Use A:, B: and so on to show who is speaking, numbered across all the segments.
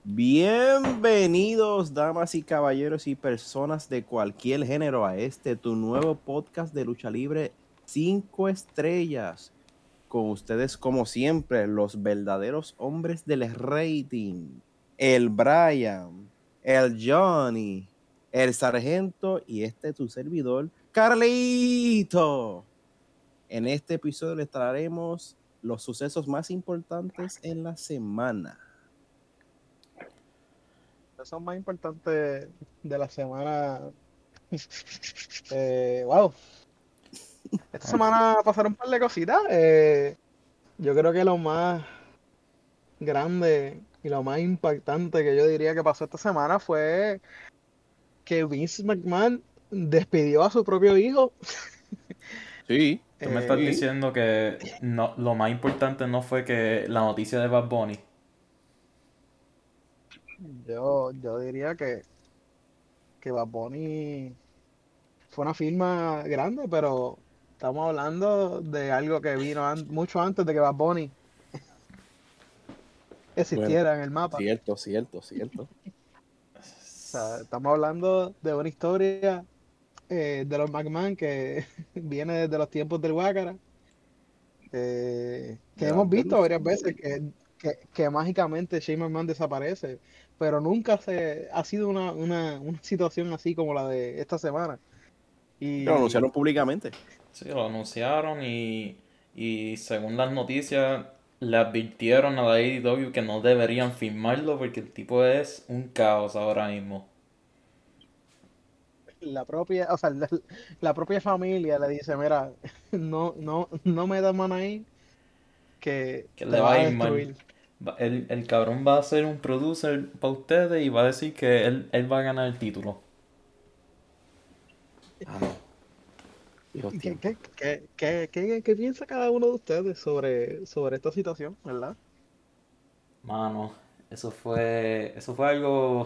A: Bienvenidos, damas y caballeros y personas de cualquier género, a tu nuevo podcast de lucha libre 5 estrellas. Con ustedes, como siempre, los verdaderos hombres del rating: el Brian, el Johnny, el Sargento y tu servidor, Carlito. En este episodio les traeremos los sucesos más importantes en la semana.
B: Eso es más importante de la semana. Wow, esta semana pasaron un par de cositas. Yo creo que lo más grande y lo más impactante que yo diría que pasó esta semana fue que Vince McMahon despidió a su propio hijo.
A: Sí,
C: Tú me estás
A: sí.
C: diciendo que no, lo más importante no fue que la noticia de Bad Bunny.
B: Yo diría que Bad Bunny fue una firma grande, pero estamos hablando de algo que vino mucho antes de que Bad Bunny
A: Bueno,
B: existiera en el mapa.
A: cierto.
B: O sea, estamos hablando de una historia de los McMahon que viene desde los tiempos del Guácara, que
A: De la
B: hemos visto varias
A: Andalucía.
B: veces que mágicamente Shane McMahon desaparece, pero nunca ha sido una situación así como la de esta semana.
A: Lo
B: Y
A: anunciaron públicamente.
C: Sí, lo anunciaron y según las noticias le advirtieron a la AEW que no deberían firmarlo porque el tipo es un caos ahora mismo.
B: la propia, o sea, la propia familia le dice, mira, no me das mano ahí, que
C: Que
B: te
C: le va
B: vas
C: a
B: a
C: ir mal.
B: destruir.
C: El cabrón va a ser un producer para ustedes y va a decir que él va a ganar el título.
A: Ah, no. Viejos
B: ¿Y
A: tiempos.
B: qué piensa cada uno de ustedes sobre esta situación, verdad?
C: Mano, eso fue algo.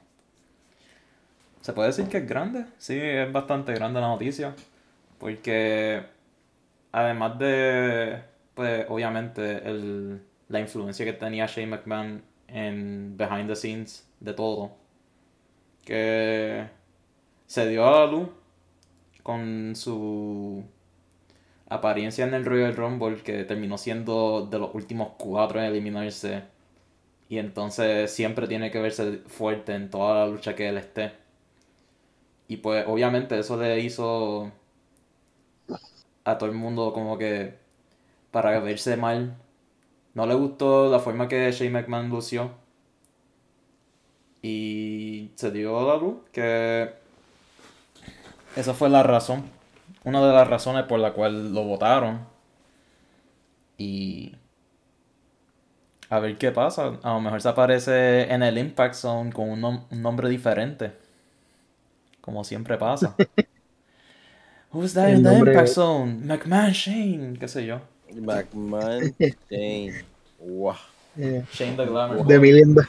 C: ¿Se puede decir que es grande? Sí, es bastante grande la noticia. Porque además de, pues obviamente, la influencia que tenía Shane McMahon en behind the scenes de todo, que se dio a la luz con su apariencia en el Royal Rumble, que terminó siendo de los últimos 4 en eliminarse. Y entonces siempre tiene que verse fuerte en toda la lucha que él esté. Y pues obviamente eso le hizo a todo el mundo como que para verse mal. No le gustó la forma que Shane McMahon lució. Y se dio a la luz que esa fue la razón. Una de las razones por la cual lo votaron. Y a ver qué pasa. A lo mejor se aparece en el Impact Zone con un nombre diferente. Como siempre pasa. Who's that in
B: El
C: the Impact
B: nombre
C: Zone? McMahon Shane. ¿Qué sé yo?
A: McMahon Shane. Wow.
B: eh,
C: Shane the Glamour
A: Wow.
B: de
C: Boy.
B: Million.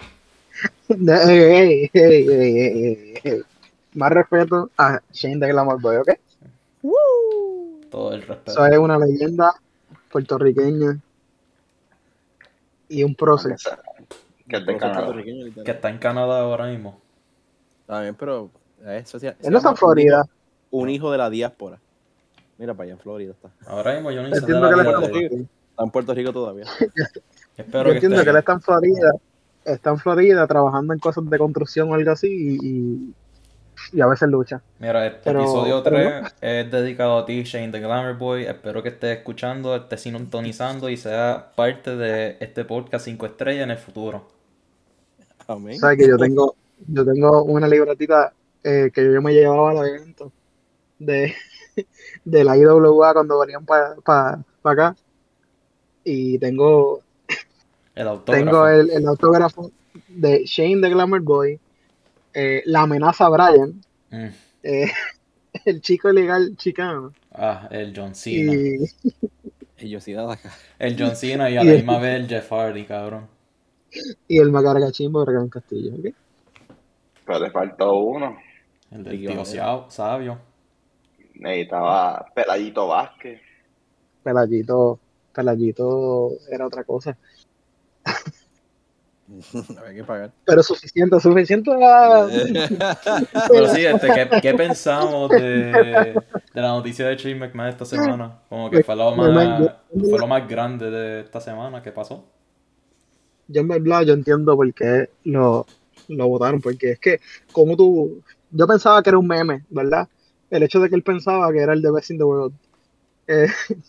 B: Hey. Más respeto a Shane the Glamour Boy, ¿ok?
A: Woo.
C: Todo el
B: Eso
C: respeto.
B: es una leyenda puertorriqueña y un
D: Aunque
B: prócer.
D: sea, que
A: Un
D: es de
A: prócer
D: Canadá.
A: puertorriqueño,
C: Que
A: literal.
C: está en Canadá ahora mismo.
A: También, pero eso se
B: Él no está
A: llama
B: en Florida.
A: un
C: No.
A: hijo de la diáspora. Mira para allá en Florida está.
C: Ahora mismo yo no sé de
B: Entiendo
C: la
B: que él
A: En
B: está
C: vida
B: en
A: Puerto
C: de él.
A: Rico.
B: Florida.
A: Está en Puerto Rico todavía.
C: Espero
B: Yo
C: que esté
B: entiendo que él
C: bien.
B: está en Florida. Está en Florida trabajando en cosas de construcción o algo así y a veces lucha.
C: Mira, este
B: Pero,
C: episodio
B: pero no.
C: 3 es dedicado a ti, Shane the Glamour Boy. Espero que estés escuchando, estés sintonizando y sea parte de este podcast 5 estrellas en el futuro.
A: Amén.
B: Sabes que yo tengo una libretita que yo me llevaba a los eventos de, de la IWA cuando venían para acá. Y
C: El
B: tengo
C: autógrafo.
B: el autógrafo de Shane the Glamour Boy, la amenaza a Brian,
C: Mm.
B: eh, el chico ilegal chicano.
C: Ah, el John Cena.
B: Y,
A: Ellos sí nada acá.
C: El John Cena y a la
B: y,
C: misma vez el Jeff Hardy, cabrón.
B: y el Macaragachimbo de Gran Castillo. ¿Ok?
D: Pero le faltó uno.
C: El del
A: Ricky
C: tío
A: Bajero.
C: Sabio.
D: Necesitaba Peladito Vázquez.
B: Pelayito era otra cosa.
A: Había que pagar.
B: Pero suficiente
C: Pero sí, ¿qué pensamos de la noticia de Shane McMahon esta semana? Como que fue fue lo más grande de esta semana que pasó.
B: yo en verdad yo entiendo por qué lo votaron, porque es que como yo pensaba que era un meme, ¿verdad? El hecho de que él pensaba que era el de Best in the World. Eh,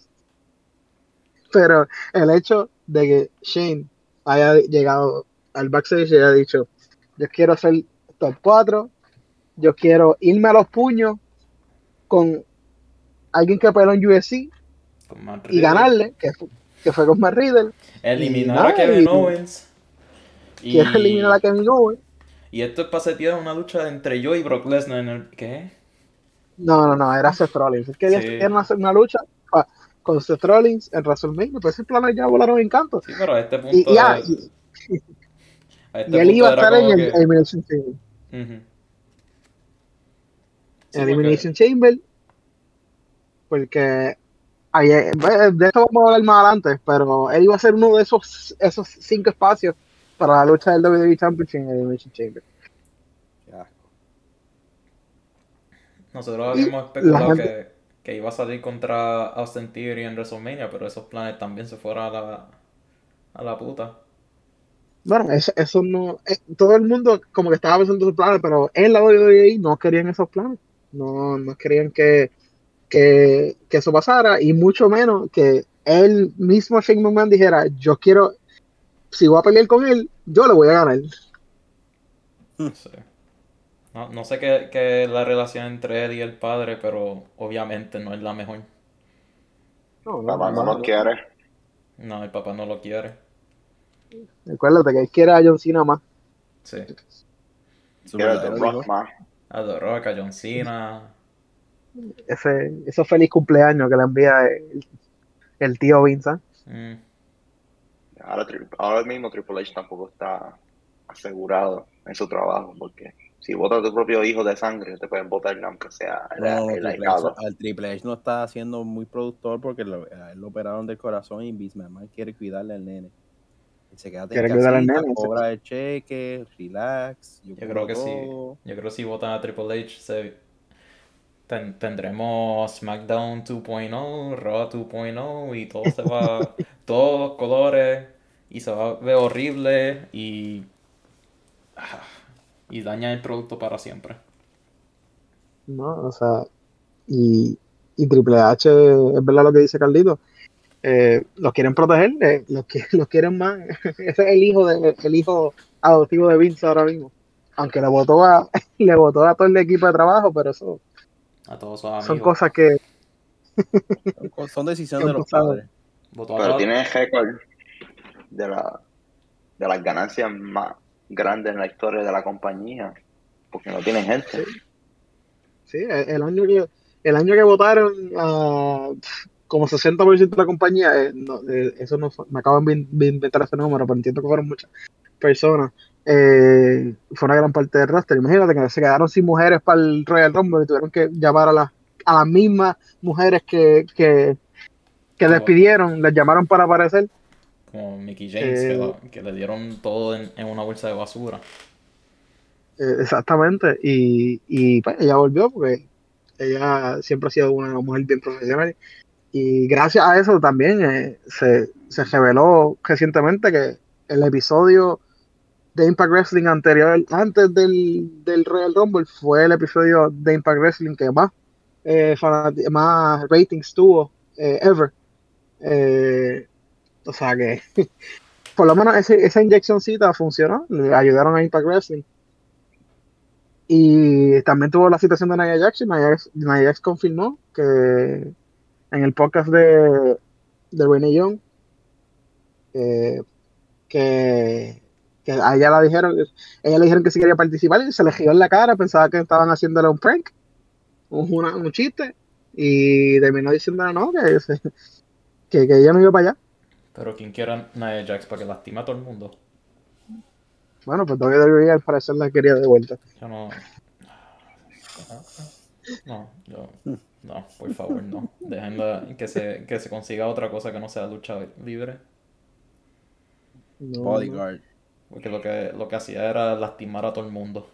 B: pero el hecho de que Shane haya llegado al backstage y haya dicho, yo quiero ser top 4, yo quiero irme a los puños con alguien que peleó en UFC
C: Con Matt
B: y
C: Riddle.
B: ganarle, que fue con Matt Riddle, y
C: Eliminar a
B: nada,
C: Kevin
B: y
C: Owens.
B: quiere eliminar
C: Y,
B: a Kevin Owens.
C: y esto es para setear una lucha entre yo y Brock Lesnar en el... ¿Qué?
B: No, era Seth Rollins. Él quería
C: Sí,
B: hacer una lucha con Seth Rollins en WrestleMania, pues ese plan ya volaron en canto.
C: sí, pero
B: Y, ya,
C: a este
B: y él iba
C: punto
B: a
C: era
B: estar en
C: como
B: el
C: que...
B: Elimination Chamber.
C: Ujú. Sí, porque...
B: Elimination Chamber, porque de esto vamos a hablar más adelante, pero él iba a ser uno de esos 5 espacios para la lucha del WWE Championship en Elimination Chamber.
A: Qué asco.
C: Nosotros
B: Y
C: habíamos
B: la
C: especulado
B: gente,
C: que iba a salir contra Austin Theory en WrestleMania, pero esos planes también se fueron a la puta.
B: bueno, eso no, todo el mundo como que estaba pensando en sus planes, pero en la WWE no querían esos planes. No querían que eso pasara y mucho menos que él mismo Shane McMahon dijera, yo quiero, si voy a pelear con él, yo le voy a ganar.
C: Sí. No sé qué es la relación entre él y el padre, pero obviamente no es la mejor.
D: Papá no
B: Bueno,
D: lo quiere.
C: No, el papá no lo quiere.
B: recuérdate que él quiere a John Cena más.
C: Sí.
A: Su
D: Quiere The
A: verdadero
D: Rock
A: hijo.
D: más.
C: A The Rock, a John Cena.
B: Ese feliz cumpleaños que le envía el tío Vincent.
C: Mm,
D: Ahora mismo Triple H tampoco está asegurado en su trabajo, porque si votas a tu propio hijo de sangre, te pueden votar aunque sea
A: No,
D: el
A: Triple H,
D: ahijado.
A: al Triple H no está siendo muy productor porque a él lo operaron del corazón y Vince McMahon quiere cuidarle al nene. Dice, quédate en
B: Quiere cuidar al
A: casita,
B: nene.
A: cobra el cheque, relax, yo
C: yo creo
A: cubro
C: que sí.
A: todo.
C: Yo creo que si votan a Triple H, tendremos SmackDown 2.0, Raw 2.0 y todo se va, todos los colores y se va a ver horrible y daña el producto para siempre.
B: ¿No? O sea, y Triple H, es verdad lo que dice Carlito, los quieren proteger, los quieren más. Ese es el hijo adoptivo de Vince ahora mismo. Aunque le votó a todo el equipo de trabajo, pero eso
C: A todos sus
B: son
C: amigos.
B: cosas
A: Son
B: que
A: decisiones de
B: han
A: los
B: pasado.
A: padres.
C: Votó a
D: Pero
C: todos.
D: tiene el récord de, de las ganancias más grandes en la historia de la compañía, porque no tiene gente.
B: Sí, sí, el año que votaron a como 60% de la compañía, eso no me acabo de inventar ese número, pero entiendo que fueron muchas personas. Fue una gran parte del roster. Imagínate que se quedaron sin mujeres para el Royal Rumble y tuvieron que llamar a las mismas mujeres que
C: Que vo-
B: despidieron, les llamaron para aparecer.
C: Como Mickey James,
B: Eh,
C: que le dieron todo en una bolsa de basura.
B: exactamente. Y pues ella volvió porque ella siempre ha sido una mujer bien profesional. Y gracias a eso también se reveló recientemente que el episodio de Impact Wrestling anterior, antes del Royal Rumble, fue el episodio de Impact Wrestling que más ratings tuvo ever. Eh, o sea que por lo menos esa inyeccióncita funcionó, le ayudaron a Impact Wrestling. Y también tuvo la situación de Nia Jax, y Nia Jax confirmó que en el podcast de Renee Young, eh, que, que a ella le dijeron que sí quería participar y se le giró en la cara, pensaba que estaban haciéndole un prank, un chiste, y terminó diciéndole no, que ella no iba para allá.
C: Pero quien quiera Nia Jax para que lastima a todo el mundo.
B: Bueno, pues WWE al parecer la quería de vuelta.
C: Yo no. No, no, por favor, no. Déjenla que se consiga otra cosa que no sea lucha libre.
B: No, no.
A: Bodyguard.
C: Porque lo que hacía era lastimar a todo el mundo.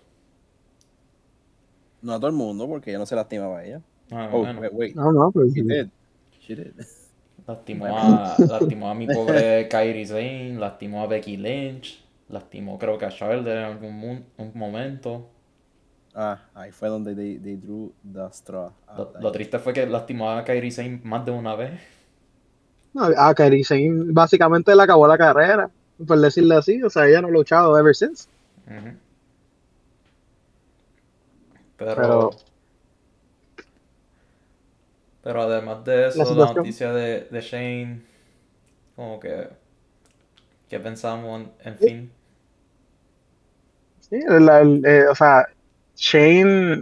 A: No a todo el mundo, porque ella no se lastimaba a ella.
C: Ah,
A: Oh,
C: bueno.
A: wait.
B: No, pues
A: She did. She did.
C: Lastimó a mi pobre Kairi Sane, lastimó a Becky Lynch, lastimó creo que a Charlotte en un momento.
A: Ahí fue donde they drew the straw.
C: Lo triste fue que lastimó a Kairi Sane más de una vez.
B: no, a Kairi Sane básicamente le acabó la carrera, por decirlo así. O sea, ella no ha luchado ever since.
C: Ujú.
B: Pero
C: Pero además de
B: la
C: eso, la
B: situación,
C: noticia de Shane, como que, ¿qué pensamos en fin?
B: sí, o sea, Shane,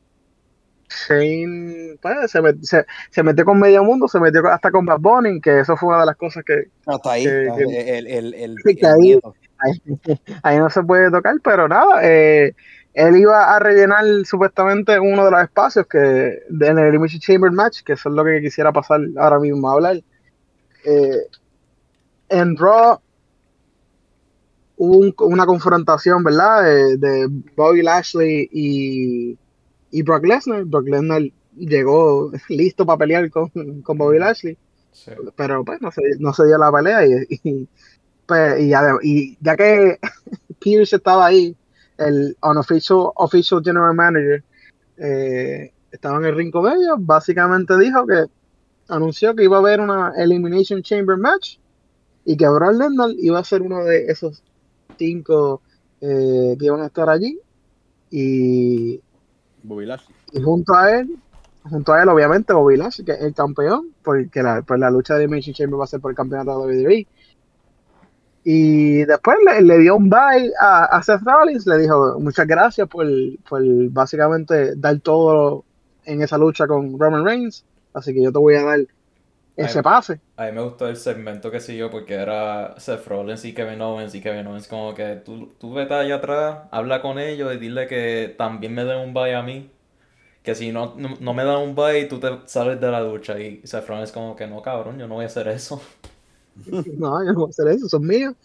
B: Shane pues, se metió con medio mundo, se metió hasta con Bad Bunny, que eso fue una de las cosas
A: Hasta ahí,
B: que, que, que
A: el miedo.
B: ahí, ahí no se puede tocar, pero nada, él iba a rellenar supuestamente uno de los espacios en el Elimination Chamber Match, que eso es lo que quisiera pasar ahora mismo a hablar. Eh, en Raw hubo una confrontación, ¿verdad? De Bobby Lashley y Brock Lesnar. Brock Lesnar llegó listo para pelear con Bobby
C: Ujú.
B: Lashley,
C: Sí.
B: pero pues no se dio la pelea pues, y ya que Pierce estaba ahí, el unofficial official general manager, estaba en el ring con ellos, básicamente anunció que iba a haber una Elimination Chamber match y que Brock Lesnar iba a ser uno de esos 5 que iban a estar allí y,
A: Bobby Lashley.
B: y junto a él obviamente Bobby Lashley, que es el campeón, porque pues la lucha de Elimination Chamber va a ser por el campeonato de WWE. Y después le dio un bye a Seth Rollins, le dijo muchas gracias por básicamente dar todo en esa lucha con Roman Reigns, así que yo te voy a dar
C: A
B: ese
C: mí,
B: pase.
C: a mí me gustó el segmento que siguió porque era Seth Rollins y Kevin Owens como que tú vete allá atrás, habla con ellos y dile que también me den un bye a mí. Que si no me dan un bye, tú te sales de la lucha. Y Seth Rollins como que no, cabrón, yo no voy a hacer eso.
B: No, yo no voy a hacer eso, son míos.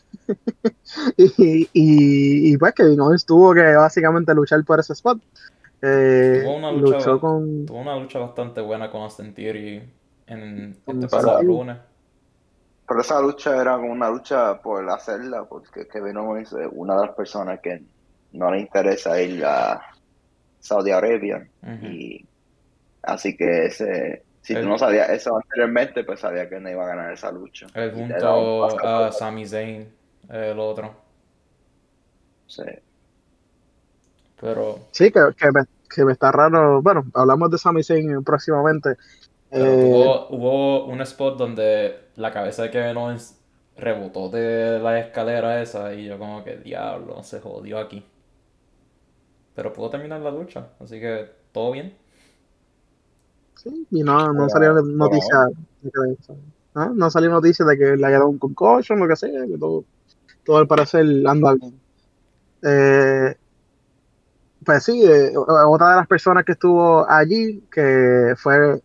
B: Pues Kevin Owens tuvo que básicamente luchar por ese spot.
C: Tuvo una lucha,
B: Luchó con,
C: tuvo una lucha bastante buena con Austin Theory en este
B: con
C: pasado
D: Pero,
B: Sting.
C: lunes.
D: pero esa lucha era como una lucha por hacerla, porque Kevin Owens es una de las personas que no le interesa ir a Saudi Arabia.
C: Ujú.
D: Y así que si tú
C: Él,
D: no sabías eso anteriormente, pues sabía que no iba a ganar esa lucha.
C: él
D: Y le da un
C: junto a
D: pasaporte.
C: Sami Zayn, el otro.
D: Sí.
C: Pero,
B: Sí, que me está raro. Bueno, hablamos de Sami Zayn próximamente.
C: pero
B: Eh,
C: hubo un spot donde la cabeza de Kevin Owens rebotó de la escalera esa y yo como que diablo, se jodió aquí. Pero pudo terminar la lucha, así que todo bien.
B: sí, y no salió
A: Por
B: noticia
A: ahora.
B: de que, no salió noticia de que le haya dado un concussion, lo que sea, que todo al parecer anda bien. Eh, pues sí, otra de las personas que estuvo allí, que fue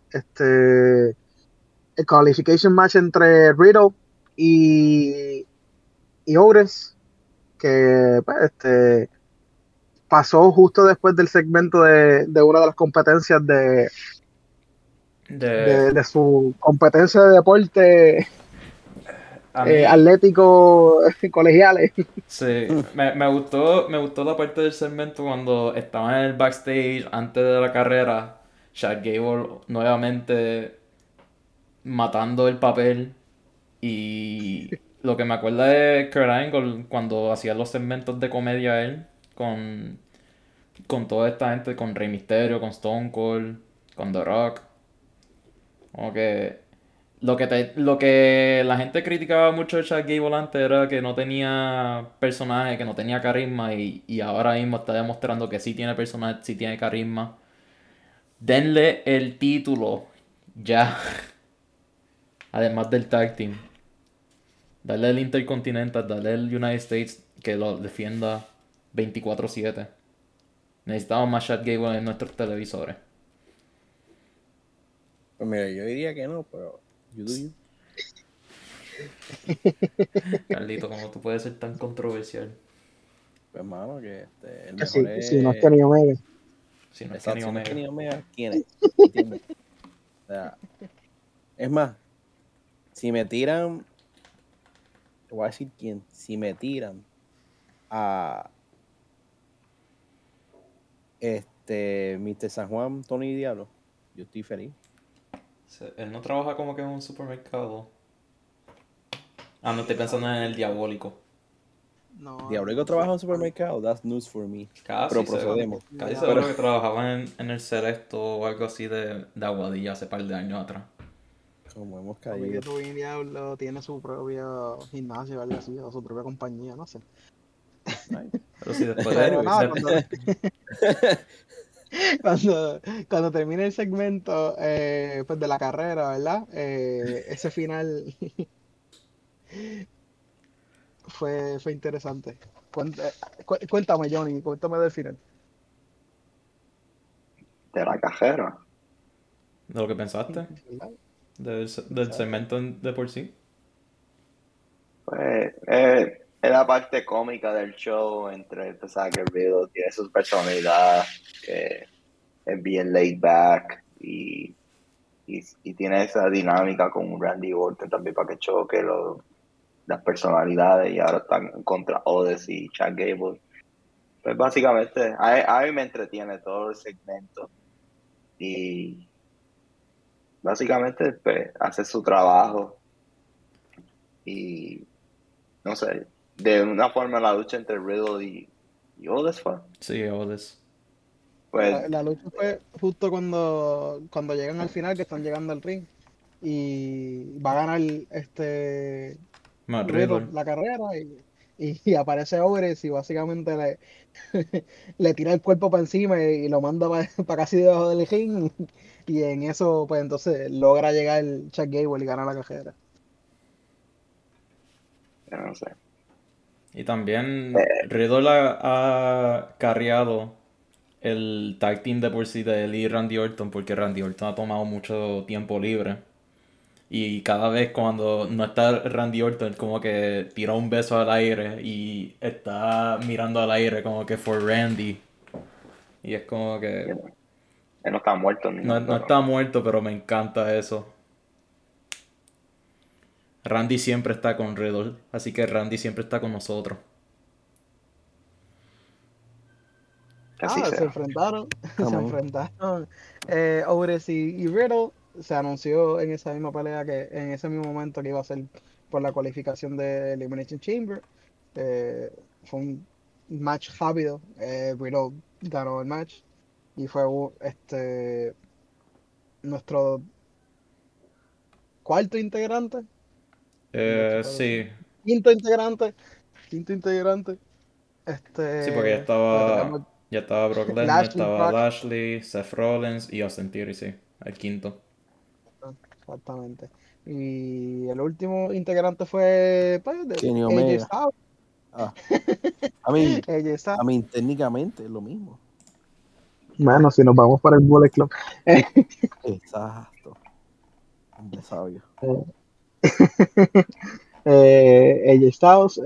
B: el qualification match entre Riddle y, y Owens, que pues, pasó justo después del segmento de una de las competencias
C: De,
B: de su competencia de deporte
C: a mí,
B: atlético colegiales.
C: sí, me gustó la parte del segmento cuando estaba en el backstage antes de la carrera, Chad Gable nuevamente matando el papel y lo que me acuerda de Kurt Angle cuando hacía los segmentos de comedia él con toda esta gente, con Rey Mysterio, con Stone Cold, con The Rock, como que lo que la gente criticaba mucho de Chad Gable antes era que no tenía personaje, que no tenía carisma y ahora mismo está demostrando que sí tiene personaje, sí tiene carisma. Denle el título ya, además del tag team. Dale el Intercontinental, dale el United States que lo defienda 24/7. Necesitamos más Chad Gable en nuestros televisores.
A: Pues mira, yo diría que no, pero you do you.
C: Carlito, ¿cómo tú puedes ser tan controversial?
A: Pues, hermano, que el
B: Que
A: mejor
B: si no es
A: es.
B: Kenny Omega.
C: Si no es
A: Exacto,
C: Kenny
A: si no es
C: Omega.
A: Kenny Omega, ¿quién es? ¿Entiendes? O sea, es más, si me tiran, te voy a decir quién, si me tiran a Mr. San Juan, Tony Diablo, yo estoy feliz.
C: Él no trabaja como que en un supermercado. Ah, no estoy pensando en el diabólico.
B: No,
A: Diablo trabaja en un supermercado, that's news for me. Pero procedemos.
C: Casi
B: Ya.
C: seguro que trabajaba en el Celeste o algo así de Aguadilla hace par de años atrás.
A: Como hemos
B: Papi, que
A: caído.
B: Tony Diablo tiene su propio gimnasio o algo así, o su propia compañía, no sé.
A: Ay.
C: Pero sí, después
B: Pero
A: Anyways,
B: nada, cuando, cuando termine el segmento pues de la carrera, ¿verdad? Ese final fue interesante. Cuéntame, Johnny, cuéntame del final.
D: De la cajera.
C: de lo que pensaste,
B: ¿Verdad?
C: del segmento de por sí.
D: Pues es la parte cómica del show entre, tú sabes que Riddle tiene su personalidad, que es bien laid back y tiene esa dinámica con Randy Orton también para que choque las personalidades y ahora están contra Odyssey y Chad Gable. Pues básicamente a mí me entretiene todo el segmento y básicamente pues, hace su trabajo y no sé, de una forma la lucha entre Riddle y Otis fue.
C: Sí, Otis.
D: Pues
B: La lucha fue justo cuando llegan al final, que están llegando al ring. Y va a ganar
C: Matt
B: Riddle
C: Riddle.
B: la carrera y aparece Owens y básicamente le tira el cuerpo para encima y lo manda para casi debajo del ring y en eso pues entonces logra llegar el Chad Gable y ganar la carrera.
D: yo no sé.
C: Y también
D: Eh,
C: Riddle ha carreado el tag team de por sí de él y Randy Orton porque Randy Orton ha tomado mucho tiempo libre. Y cada vez cuando no está Randy Orton, como que tira un beso al aire y está mirando al aire como que for Randy. Y es como que
D: él no está muerto ni
C: no,
D: nada,
C: no
D: pero
C: está muerto, pero me encanta eso. Randy siempre está con Riddle, así que Randy siempre está con nosotros.
D: que así
B: Ah, se
D: sea.
B: enfrentaron, se
A: Amén.
B: enfrentaron Owens y Riddle. Se anunció en esa misma pelea que en ese mismo momento que iba a ser por la cualificación de Elimination Chamber. Eh, fue un match rápido. Riddle ganó el match y fue nuestro cuarto integrante,
C: Sí,
B: quinto integrante, quinto integrante.
C: sí, porque
B: Pues tenemos
C: ya estaba Brock Lesnar,
B: Lashley,
C: estaba
B: Brock.
C: Lashley, Seth Rollins y Austin Theory, sí, el quinto.
B: Exactamente. Y el último integrante fue pues,
A: Kenny
B: AJ
A: Omega.
B: Styles.
A: Ah, a mí,
B: AJ Styles.
A: técnicamente es lo mismo.
B: Bueno, si nos vamos para el Bullet Club.
A: Exacto. Hombre sabio.
B: AJ Styles,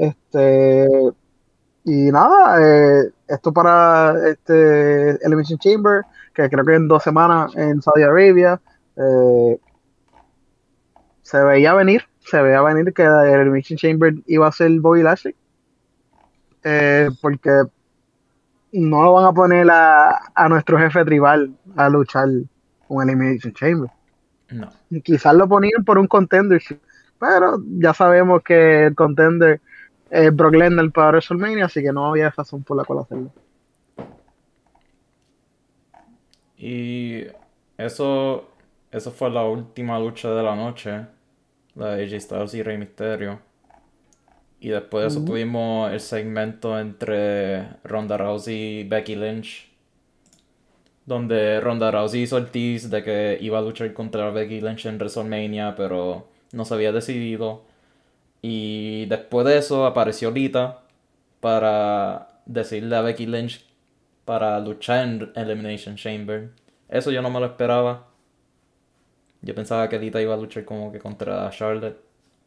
B: y nada, esto para Elimination Chamber, que creo que en 2 semanas en Saudi Arabia, eh, se veía venir que el Elimination Chamber iba a ser Bobby Lashley, porque no lo van a poner a nuestro jefe tribal a luchar con Elimination Chamber.
C: No.
B: Quizás lo ponían por un contendership, pero ya sabemos que el contender es Brock Lesnar para WrestleMania, así que no había razón por la cual hacerlo.
C: Y eso, eso fue la última lucha de la noche, la de AJ Styles y Rey Mysterio. Y después de eso
B: Ujú.
C: tuvimos el segmento entre Ronda Rousey y Becky Lynch, donde Ronda Rousey hizo el tease de que iba a luchar contra Becky Lynch en WrestleMania, pero no se había decidido. Y después de eso apareció Lita para decirle a Becky Lynch para luchar en Elimination Chamber. Eso yo no me lo esperaba. Yo pensaba que Lita iba a luchar como que contra Charlotte.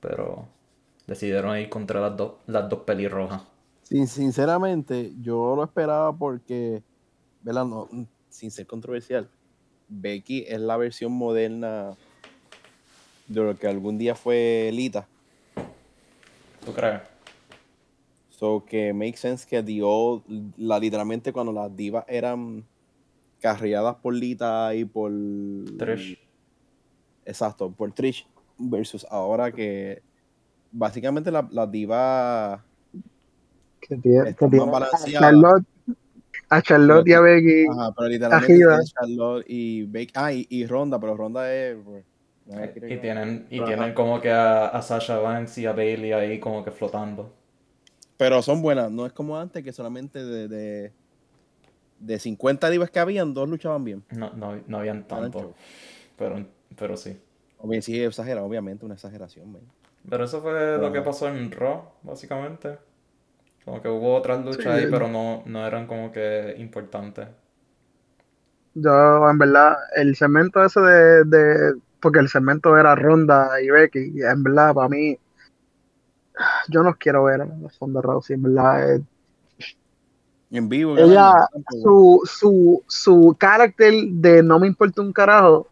C: pero decidieron ir contra las dos pelirrojas.
A: Sinceramente, yo lo esperaba porque, ¿verdad? No, sin ser controversial, Becky es la versión moderna de lo que algún día fue Lita.
C: ¿Tú crees?
A: So que make sense que literalmente cuando las divas eran carriadas por Lita y por
C: Trish.
A: Exacto, por Trish versus ahora que básicamente las divas
B: Que tiene
A: están más
B: a
A: balanceadas.
B: Charlotte, a Charlotte y a Becky
A: Pero literalmente
B: arriba.
A: tienes Charlotte y Becky. Y Ronda, pero Ronda es. Pues,
C: Tienen como que a Sasha Banks y a Bailey ahí como que flotando.
A: Pero son buenas, no es como antes que solamente de 50 divas que habían, 2 luchaban bien.
C: No habían tanto, pero sí.
A: Sí, exagerado, obviamente, una exageración, man.
C: Pero eso fue lo que pasó en Raw, básicamente. Como que hubo otras luchas ahí, pero no eran como que importantes.
B: Yo, en verdad, el segmento ese porque el segmento era Ronda y Becky, y en verdad, para mí, yo no quiero ver a la Ronda Rousey, en verdad.
A: En vivo
B: Ella,
A: ganando, tampoco.
B: su carácter de no me importa un carajo,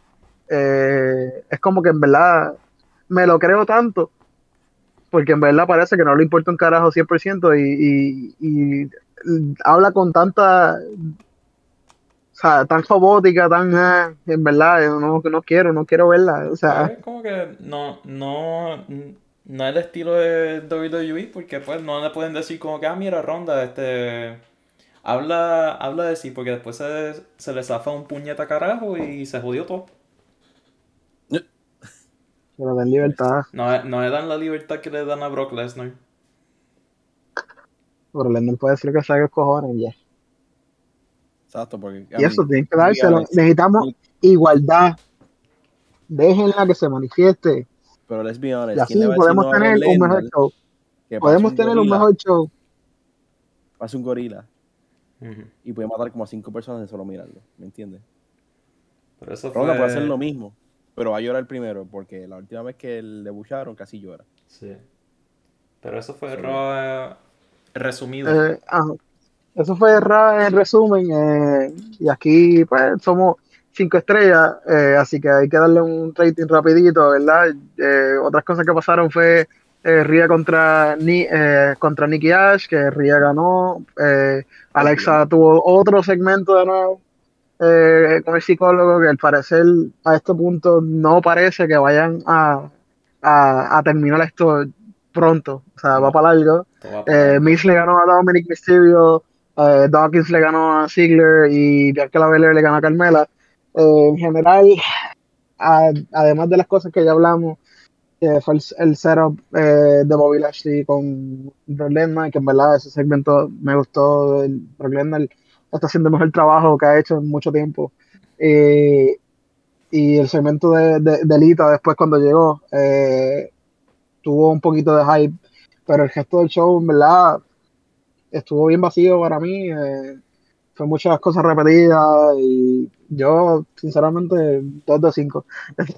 B: es como que en verdad me lo creo tanto, porque en verdad parece que no le importa un carajo 100% y habla con tanta, o sea, tan robótica, en verdad, yo no quiero verla, o sea,
C: Pues como que no es el estilo de WWE, porque pues no le pueden decir como que, mira, Ronda, habla de sí, porque después se le zafa un puñeta carajo y se jodió todo.
B: que le den libertad,
C: No le dan la libertad que le dan a Brock Lesnar.
B: pero Lesnar puede decir lo que sabe los cojones y ya.
A: Exacto, porque,
B: Y eso tiene que
A: let's be
B: dárselo,
A: honest,
B: necesitamos igualdad, déjenla que se manifieste,
A: pero let's be
B: y
A: honest, ¿quién le
B: así
A: va a decir
B: podemos
A: no a Brock
B: tener un mejor
A: Lesnar
B: show,
A: que pase
B: podemos
A: un
B: tener un
A: gorila,
B: mejor show.
A: pase un gorila
C: Ujú.
A: y puede matar como a 5 personas de solo mirarlo? ¿Me entiendes?
C: Pero eso
A: Ronda puede hacer
C: fue...
A: lo mismo, pero va a llorar primero, porque la última vez que le bucharon casi llora.
C: Sí. Pero eso fue
A: So, yeah.
C: Raw resumido.
B: Ajá. Eso fue en resumen, y aquí pues somos 5 estrellas, así que hay que darle un rating rapidito, ¿verdad? Otras cosas que pasaron fue Rhea contra Nikki Ash, que Rhea ganó, Alexa tuvo otro segmento de nuevo con el psicólogo, que al parecer a este punto no parece que vayan a terminar esto pronto, o sea, va
A: No.
B: para largo.
C: Todo va para largo.
B: Miz le ganó a Dominic Mysterio, Dawkins le ganó a Ziggler y Bianca Belair le ganó a Carmela. En general, además de las cosas que ya hablamos, que fue el setup de Bobby Lashley con Brock Lesnar, que en verdad ese segmento me gustó. Brock Lesnar está haciendo el mejor trabajo que ha hecho en mucho tiempo. Eh, y el segmento de Lita después cuando llegó tuvo un poquito de hype, pero el resto del show en verdad estuvo bien vacío para mí. Fue muchas cosas repetidas y yo, sinceramente, 2 de 5.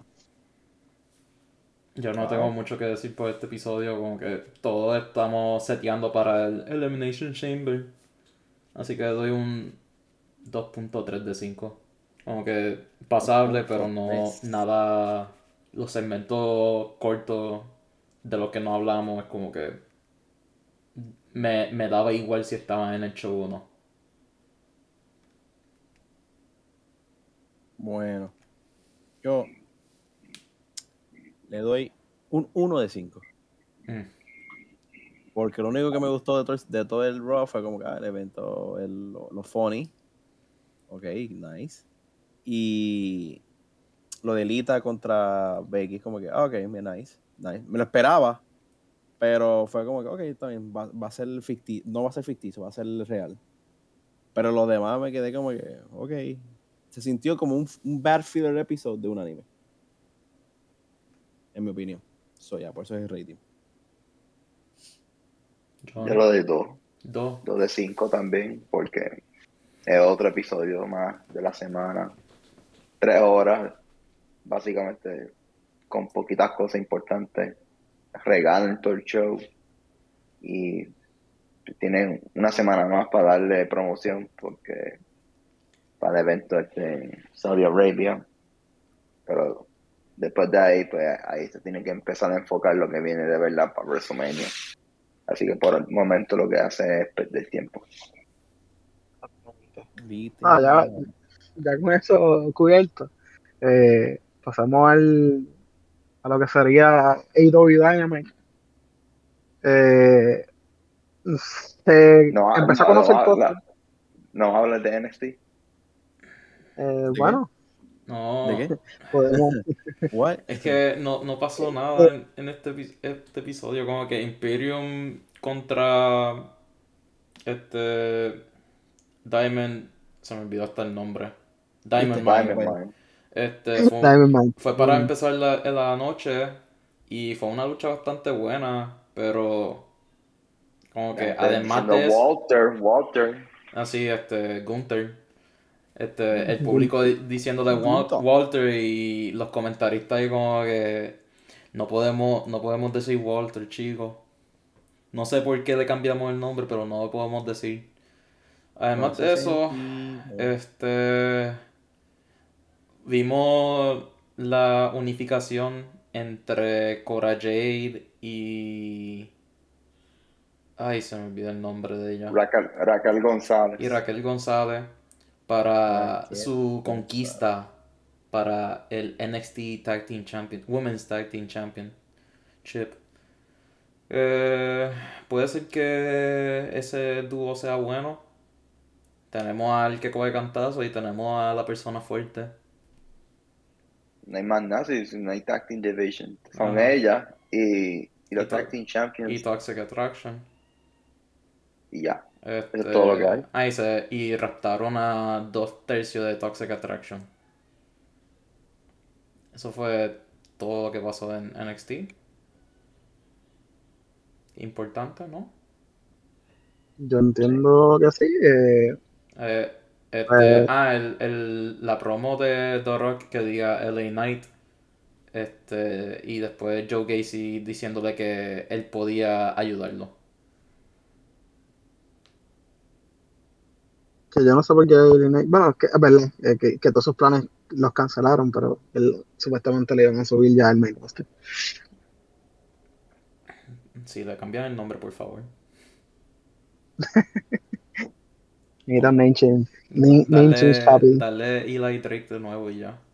C: Yo no tengo
A: Wow.
C: mucho que decir por este episodio, como que todos estamos seteando para el Elimination Chamber. Así que doy un 2.3 de 5. Como que pasable, pero no
A: 2.3.
C: nada. Los segmentos cortos de los que no hablamos es como que me daba igual si estaban en el show o no.
A: Bueno, yo le doy un 1 de 5.
C: Mm.
A: Porque lo único que me gustó de todo el Raw fue como que el evento, lo funny. Ok, nice. Y lo de Lita contra Becky, como que, ok, nice, nice. Me lo esperaba, pero fue como que, ok, también va a ser ficticio, no va a ser ficticio, va a ser real. Pero lo demás me quedé como que, ok. Se sintió como un bad filler episode de un anime. En mi opinión. Por eso es el rating.
D: Yo lo doy 2.
C: 2.
D: 2 de 5 también, porque es otro episodio más de la semana. 3 horas, básicamente, con poquitas cosas importantes. regalan todo el show y tienen una semana más para darle promoción porque para el evento en Saudi Arabia, pero después de ahí, pues ahí se tiene que empezar a enfocar lo que viene de verdad para WrestleMania. Así que por el momento lo que hace es perder tiempo.
A: ¿Viste?
B: Ya con eso cubierto, pasamos a lo que sería AEW Dynamite. Eh,
D: No,
B: empezó a
D: no,
B: conocer cosas.
D: no hablas de NXT.
A: ¿De qué?
B: Bueno,
A: ¿De
C: No,
A: qué?
B: podemos.
A: What?
C: es que no pasó nada en este episodio. Como que Imperium contra este Diamond, se me olvidó hasta el nombre. Diamond
A: ¿Viste?
C: Mine.
A: Bueno,
D: Diamond Mine.
B: Diamond Mine.
C: Fue para empezar la noche y fue una lucha bastante buena, pero como
D: La
C: que
D: gente
C: además
D: diciendo
C: de eso,
D: Walter.
C: así Gunther, el público diciéndole
A: Gunther.
C: Walter y los comentaristas ahí como que no podemos decir Walter, chicos. No sé por qué le cambiamos el nombre, pero no lo podemos decir.
A: No
C: Además
A: hace
C: de eso,
A: sentido.
C: vimos la unificación entre Cora Jade y... Ay, se me olvidó el nombre de ella.
D: Raquel
C: Y
D: González.
C: Raquel González para
A: Raquel
C: su
A: González.
C: conquista para el NXT Tag Team Champion, Women's Tag Team Championship. Eh, puede ser que ese dúo sea bueno. Tenemos al que coge cantazo y tenemos a la persona fuerte.
D: No hay más nada, no hay Tag Team Division. Son
C: Ajá.
D: ella y
C: Y,
D: los Tag Team
C: y
D: Champions
C: Toxic Attraction.
D: y ya. Eso es todo lo que hay.
C: Y raptaron a 2/3 de Toxic Attraction. Eso fue todo lo que pasó en NXT. Importante, ¿no?
B: Yo
D: Sí.
B: entiendo que sí.
C: Eh,
B: Pues,
C: la promo de The Rock que diga LA Knight. Y después Joe Gacy diciéndole que él podía ayudarlo.
B: que yo no sé por qué. Bueno, es verdad que todos sus planes los cancelaron, pero él supuestamente le iban a subir ya al main roster.
C: Si le cambian el nombre, por favor.
B: Necesitan name change. Name change happy.
C: Darle Eli Drake de nuevo y ya.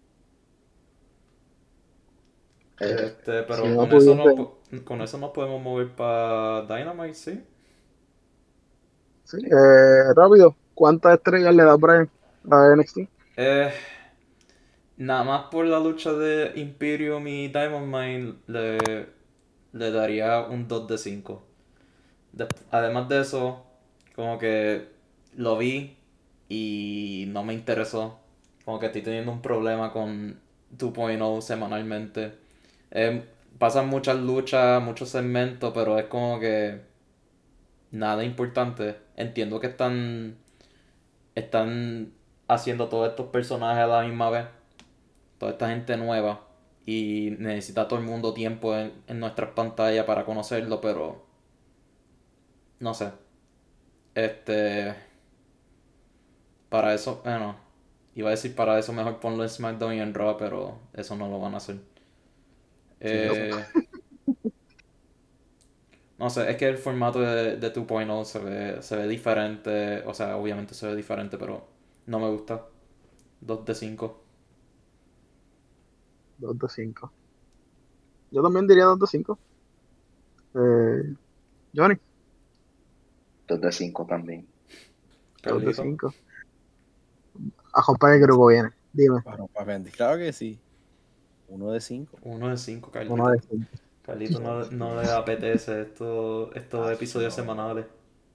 B: Si
C: Pero
B: no pudiese.
C: con eso nos podemos mover para Dynamite, ¿sí?
B: Sí,
D: Sí.
B: rápido. ¿Cuántas estrellas le da Brian a NXT?
C: Eh, Nada más por la lucha de Imperium y Diamond Mine le daría un 2 de 5. Además de eso, como que lo vi y no me interesó. Como que estoy teniendo un problema con 2.0 semanalmente. Pasan muchas luchas, muchos segmentos, pero es como que nada importante. Entiendo que están haciendo todos estos personajes a la misma vez. Toda esta gente nueva. Y necesita todo el mundo tiempo en nuestras pantallas para conocerlo, pero no sé. Este, para eso, bueno, iba a decir para eso mejor ponlo en SmackDown y en Raw, pero eso no lo van a hacer.
A: Sí, sí.
C: Eh, no sé, es que el formato de 2.0 se ve diferente, o sea, obviamente se ve diferente, pero no me gusta. 2 de 5.
B: 2 de 5. Yo también diría 2 de 5. Johnny,
D: 2 de 5 también.
B: 2 de
C: Carlito.
B: 5. A Jopa el grupo viene. Dime.
A: Para vender, claro que sí. 1 de 5.
C: 1 de 5,
B: 1
C: Carlito.
B: de 5.
C: Carlito no le apetece estos episodios
A: No.
C: semanales.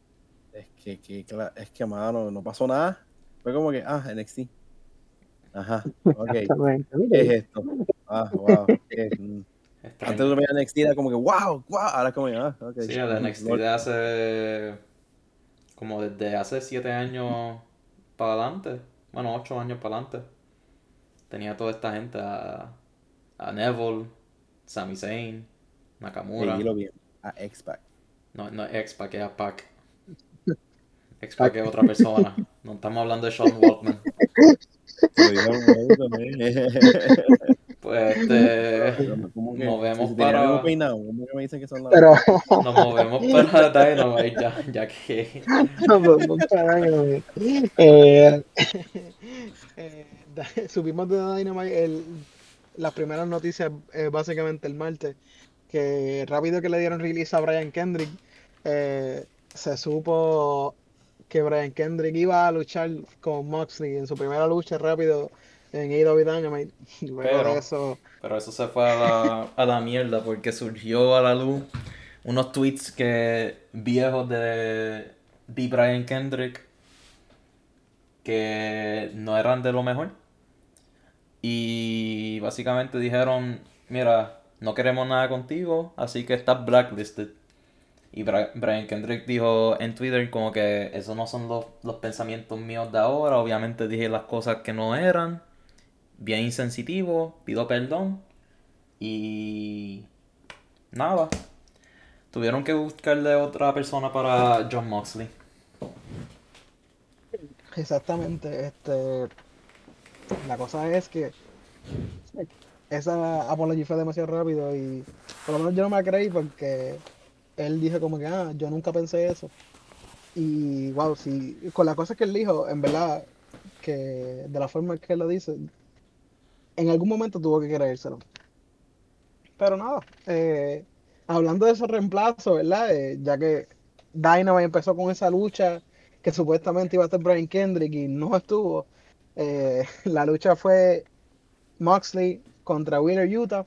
A: Es que, mano, no pasó nada. Fue como que, NXT. Ajá, ok. ¿Qué
B: Exactamente.
A: es esto? Wow. Antes
C: Extraño.
A: de ver NXT era como que, wow. Ahora es como que, ok.
C: Sí, el NXT
A: Lord.
C: de hace como desde hace 7 años para adelante, bueno, 8 años para adelante, tenía toda esta gente, a Neville, Sami Zayn, Nakamura.
A: Dilo bien. A X-Pac.
C: No, no es X-Pac, es Pac. X-Pac es otra persona. No estamos hablando de Sean Waltman.
A: Pero dilo nuevo también.
C: Pues
A: ¿Cómo que?
C: movemos
A: Si tenía el mismo
C: para.
A: peinado, ¿cómo que me dicen que son la
B: Pero
A: misma?
C: Nos movemos para Dynamite ya que.
B: no para eh, supimos de Dynamite las primeras noticias básicamente el martes, que rápido que le dieron release a Brian Kendrick, se supo que Brian Kendrick iba a luchar con Moxley en su primera lucha rápido en AEW Dynamite. Y luego de
C: Pero,
B: eso,
C: pero eso se fue a la mierda porque surgió a la luz unos tweets viejos de Brian Kendrick que no eran de lo mejor. Y básicamente dijeron, mira, no queremos nada contigo, así que estás blacklisted. Y Brian Kendrick dijo en Twitter como que esos no son los pensamientos míos de ahora. Obviamente dije las cosas que no eran. Bien insensitivo, pido perdón. Y nada. Tuvieron que buscarle otra persona para John Moxley.
B: exactamente, la cosa es que esa apology fue demasiado rápido y por lo menos yo no me la creí porque él dijo como que, yo nunca pensé eso. Y wow, sí, con las cosas que él dijo, en verdad, que de la forma que él lo dice, en algún momento tuvo que creérselo. Pero nada, hablando de esos reemplazos, ¿verdad? Ya que Dynamite empezó con esa lucha que supuestamente iba a estar Brian Kendrick y no estuvo. La lucha fue Moxley contra Wheeler Yuta.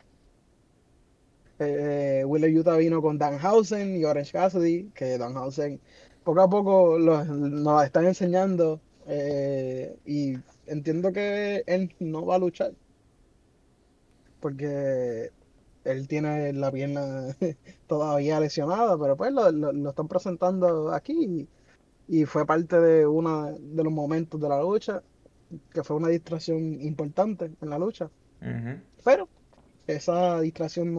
B: Wheeler Yuta vino con Danhausen y Orange Cassidy, que Danhausen poco a poco nos están enseñando y entiendo que él no va a luchar porque él tiene la pierna todavía lesionada, pero pues lo están presentando aquí y fue parte de uno de los momentos de la lucha, que fue una distracción importante en la lucha,
C: Ujú.
B: pero esa distracción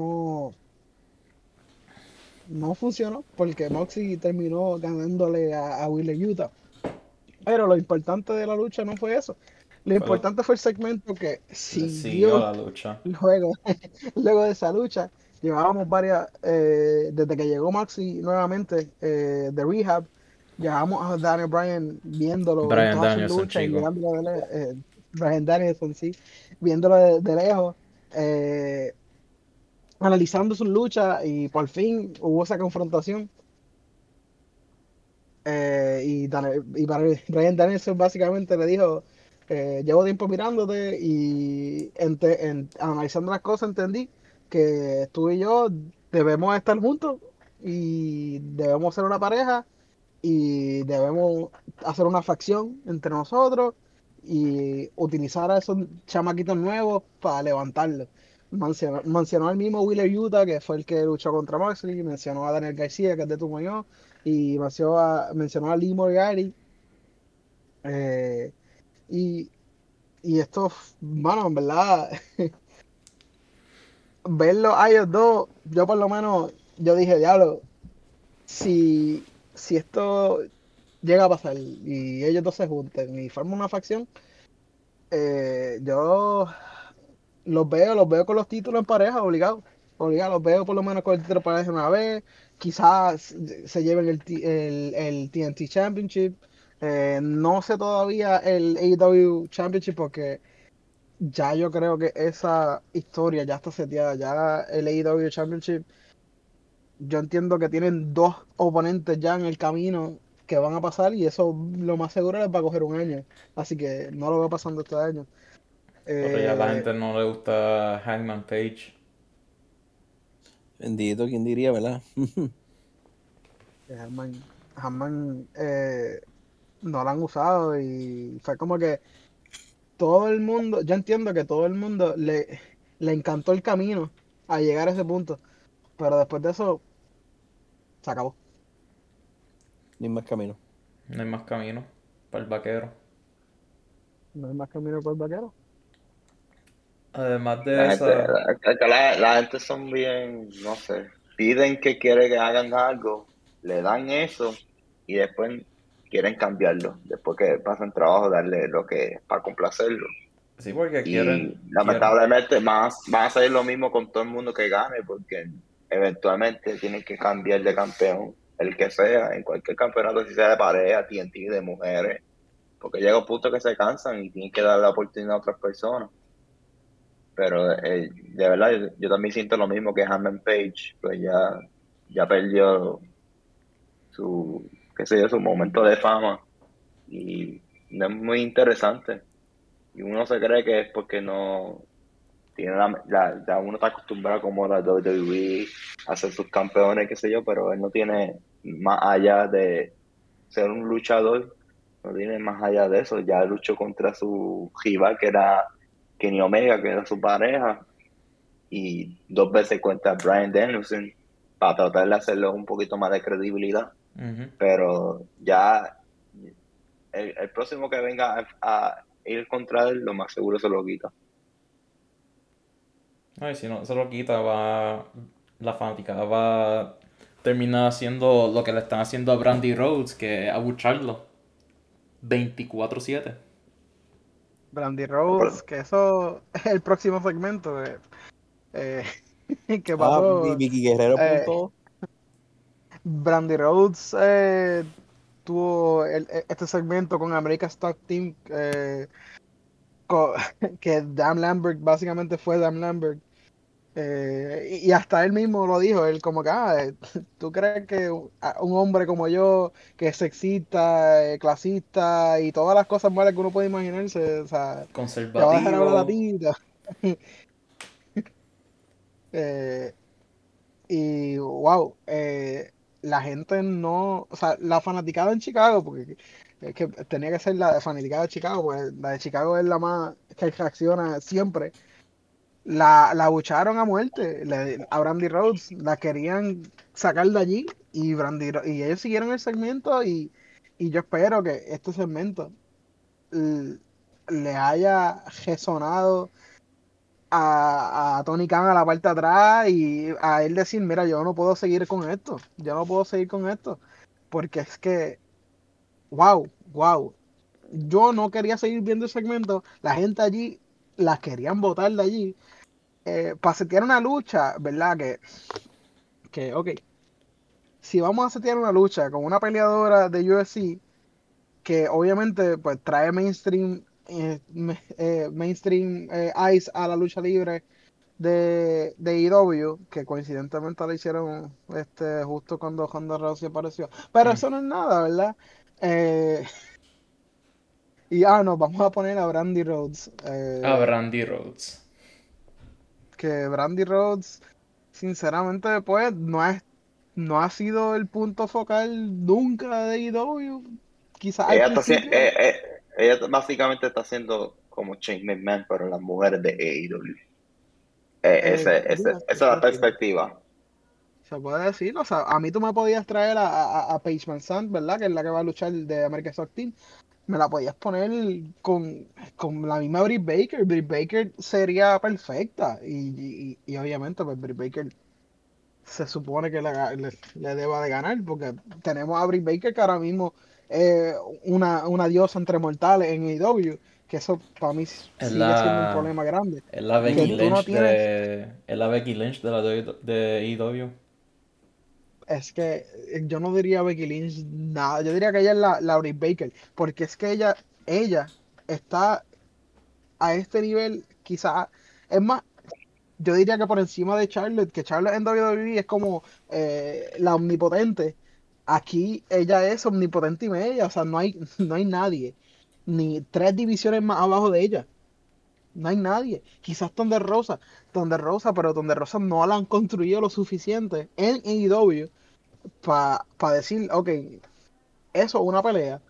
B: no funcionó porque Moxie terminó ganándole a Wheeler Yuta. Pero lo importante de la lucha no fue eso. Lo
C: Fue lo
B: importante fue el segmento que
C: le siguió
B: siguió
C: la lucha.
B: luego, luego de esa lucha. Llevábamos varias, desde que llegó Moxie nuevamente de Rehab, llevábamos a Daniel Bryan viéndolo en
C: Brian
B: todas sus
C: Danielson,
B: luchas y
C: chico.
B: mirándolo Bryan Danielson, sí, viéndolo de lejos. Analizando sus luchas y por fin hubo esa confrontación. Brian Danielson básicamente le dijo, llevo tiempo mirándote y analizando las cosas entendí que tú y yo debemos estar juntos y debemos ser una pareja y debemos hacer una facción entre nosotros y utilizar a esos chamaquitos nuevos para levantarlos. Mencionó al mismo Wheeler Yuta, que fue el que luchó contra Moxley, mencionó a Daniel García, que es de Tumayo, y mencionó a Lee Moriarty. eh, y, y esto, bueno, en verdad, verlo a ellos dos, yo por lo menos, yo dije, diablo, si esto llega a pasar y ellos dos se juntan y forman una facción, yo los veo con los títulos en pareja, obligado. Obligado, los veo por lo menos con el título en pareja una vez. Quizás se lleven el TNT Championship. No sé todavía el AEW Championship porque ya yo creo que esa historia ya está seteada. Ya el AEW Championship, yo entiendo que tienen dos oponentes ya en el camino que van a pasar y eso lo más seguro les va a coger un año. Así que no lo veo pasando este año.
C: Pero ya a la
B: Eh,
C: gente no le gusta Hangman Page.
A: Bendito, ¿quién diría, verdad?
B: Jamás no lo han usado y fue como que todo el mundo, yo entiendo que todo el mundo le encantó el camino a llegar a ese punto, pero después de eso se acabó.
A: Ni más camino.
C: No hay más camino para el vaquero.
B: No hay más camino por el vaquero.
C: Además de
D: La gente,
C: esa,
D: la gente son bien, no sé. piden que quiere que hagan algo, le dan eso y después quieren cambiarlo. Después que pasan trabajo, darle lo que para complacerlo.
C: Sí, porque
D: Y
C: quieren,
D: lamentablemente van a hacer lo mismo con todo el mundo que gane, porque eventualmente tienen que cambiar de campeón, el que sea, en cualquier campeonato, si sea de pareja, TNT, de mujeres, porque llega un punto que se cansan y tienen que dar la oportunidad a otras personas. Pero de verdad, yo también siento lo mismo que Hammond Page, pues ya perdió su, qué sé yo, su momento de fama y no es muy interesante. Y uno se cree que es porque no tiene ya uno está acostumbrado como la WWE a ser sus campeones, qué sé yo, pero él no tiene más allá de ser un luchador, no tiene más allá de eso. Ya luchó contra su rival que era Kenny Omega, que era su pareja, y 2 veces contra Bryan Danielson para tratar de hacerle un poquito más de credibilidad.
C: ujú.
D: Pero ya el próximo que venga a ir contra él, lo más seguro se lo quita.
C: Ay, si no se lo quita, la fanaticada va a terminar haciendo lo que le están haciendo a Brandy Rhodes, que es abucharlo 24/7.
B: Brandy Rhodes, que eso es el próximo segmento. Eh, ¿Qué pasó?
A: Vicky Guerrero
B: Eh,
A: punto.
B: Brandy Rhodes tuvo este segmento con America's Top Team, co- que Dan Lambert básicamente fue Dan Lambert. Y hasta él mismo lo dijo, él como que, ¿tú crees que un hombre como yo, que es sexista, clasista y todas las cosas malas que uno puede imaginarse, o sea, te va a dejar hablar a
C: Conservativo.
B: ti? Eh, y wow, la gente no, o sea, la fanaticada en Chicago, porque es que tenía que ser la fanaticada de Chicago, pues la de Chicago es la más que reacciona siempre. La abucharon a muerte, a Brandy Rhodes, la querían sacar de allí y y ellos siguieron el segmento y yo espero que este segmento l- le haya resonado a Tony Khan a la parte de atrás y a él decir, mira, yo no puedo seguir con esto, yo no puedo seguir con esto, porque es que, wow, wow, yo no quería seguir viendo el segmento, la gente allí las querían botar de allí, para setear una lucha, ¿verdad? Ok, si vamos a setear una lucha con una peleadora de UFC, que obviamente pues trae mainstream Ice a la lucha libre de IW, que coincidentemente la hicieron justo cuando Ronda Rousey apareció. Pero
C: Mm.
B: eso no es nada, ¿verdad? Eh, y nos vamos a poner a Brandy Rhodes.
C: A Brandy Rhodes.
B: Que Brandy Rhodes, sinceramente, pues no ha sido el punto focal nunca de IW. Quizás al principio.
D: Ella básicamente está haciendo como Shane McMahon, pero las mujeres de AEW.
B: Digo,
D: Esa es la perspectiva.
B: se puede decir, o sea, a mí tú me podías traer a Paige Van Zandt, ¿verdad? Que es la que va a luchar de American Top Team. Me la podías poner con la misma Britt Baker. Britt Baker sería perfecta. Y obviamente, pues Britt Baker se supone que le deba de ganar, porque tenemos a Britt Baker que ahora mismo es una diosa entre mortales en AEW, que eso para mí
C: Es
B: sigue siendo un
C: la,
B: problema grande.
C: es la
B: Que
C: Becky
B: tú no
C: Lynch
B: tienes,
C: es la Becky Lynch de de EW.
B: es que yo no diría Becky Lynch nada, yo diría que ella es la Britt Baker, porque es que ella está a este nivel, quizás, es más, yo diría que por encima de Charlotte, que Charlotte en WWE es como la omnipotente. Aquí ella es omnipotente y media, o sea, no hay nadie, ni tres divisiones más abajo de ella. No hay nadie. Quizás Thunder Rosa, pero Thunder Rosa no la han construido lo suficiente en AEW para decir, ok, eso es una pelea,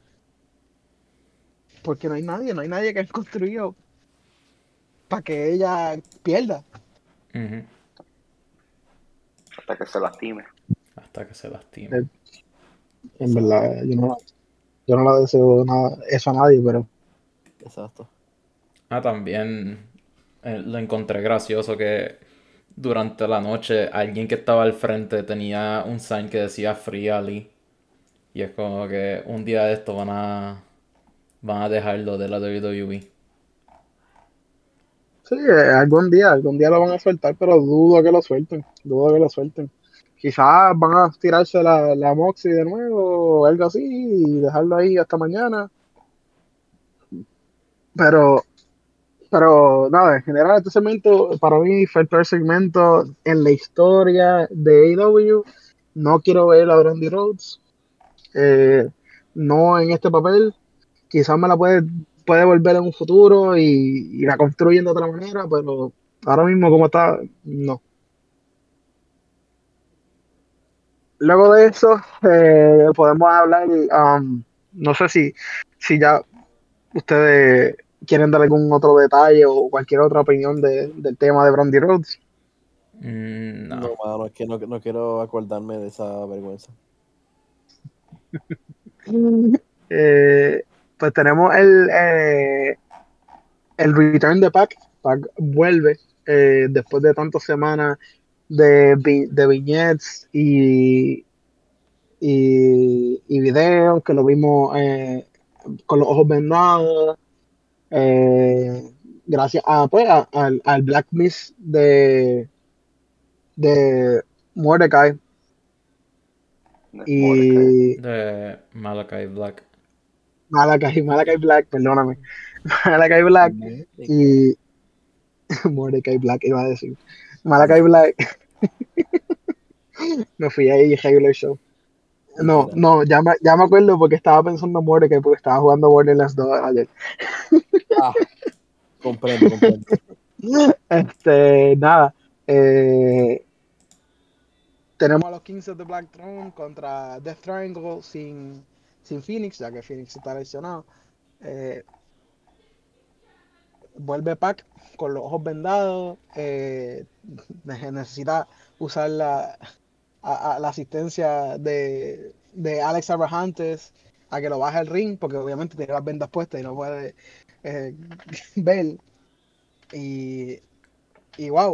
B: porque no hay nadie que han construido para que ella pierda.
C: Ujú.
D: Hasta que se lastime.
C: Hasta que se lastime.
B: Eh, En
A: Exacto,
B: verdad, yo no le deseo eso a nadie, pero
A: exacto.
C: También lo encontré gracioso que durante la noche alguien que estaba al frente tenía un sign que decía Free Ali. Y es como que un día de esto van a dejarlo de la WWE.
B: Sí, algún día lo van a soltar, pero dudo que lo suelten, dudo que lo suelten. Quizás van a tirarse la Moxie de nuevo o algo así y dejarlo ahí hasta mañana. Pero, pero nada, en general este segmento para mí fue el peor segmento en la historia de AEW. No quiero ver a Brandy Rhodes, eh, no en este papel. Quizás puede volver en un futuro y la construyen de otra manera, pero ahora mismo como está, no. Luego de eso, podemos hablar, no sé si ya ustedes quieren dar algún otro detalle o cualquier otra opinión del tema de Brandy Rhodes.
C: No.
A: No, mano, es que no quiero acordarme de esa vergüenza.
B: Eh, pues tenemos el return de Pac. Pac vuelve después de tantas semanas de vignettes y videos que lo vimos con los ojos vendados. eh, Gracias al Black Miss de Mordecai
D: Mordecai.
B: y
C: De Malachi Black.
B: Malachi Black, perdóname. Malachi Black
A: Mordecai.
B: y Mordecai Black iba a decir. Malachi Black, me fui ahí Regular Show. No,
A: Literal.
B: no, ya me acuerdo porque estaba pensando en Mordecai porque estaba jugando Borderlands 2 ayer.
A: Ah, comprendo.
B: Nada. eh, Tenemos a los Kings of the Black Throne contra Death Triangle sin Phoenix, ya que Phoenix está lesionado. Eh, Vuelve Pac con los ojos vendados. Necesita usar la asistencia de Alex Abrahantes a que lo baje al ring, porque obviamente tiene las vendas puestas y no puede eh, ver. Y, y wow,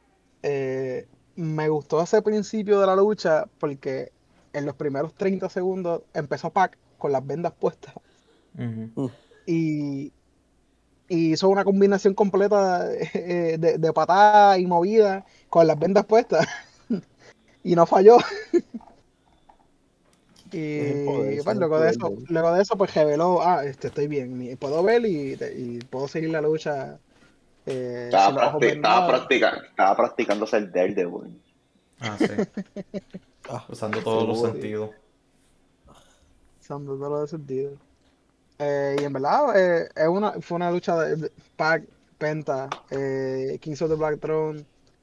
B: me gustó ese principio de la lucha porque en los primeros 30 segundos empezó Pac con las vendas puestas
C: Ujú.
B: y, y hizo una combinación completa de patada y movida con las vendas puestas y no falló.
A: Es el poder,
B: Y
A: ese
B: pues
A: es el poder de él.
B: luego de eso pues reveló, estoy bien, puedo ver y puedo seguir la lucha sin los ojos vendados.
D: Estaba practicando ser Daredevil.
C: Ah, sí.
A: Ah,
C: Usando todos los
A: seguro.
B: Sí,
C: sentidos.
B: son de todo sentido. Y en verdad fue una lucha de Pac, Penta, Kings of the Black Throne.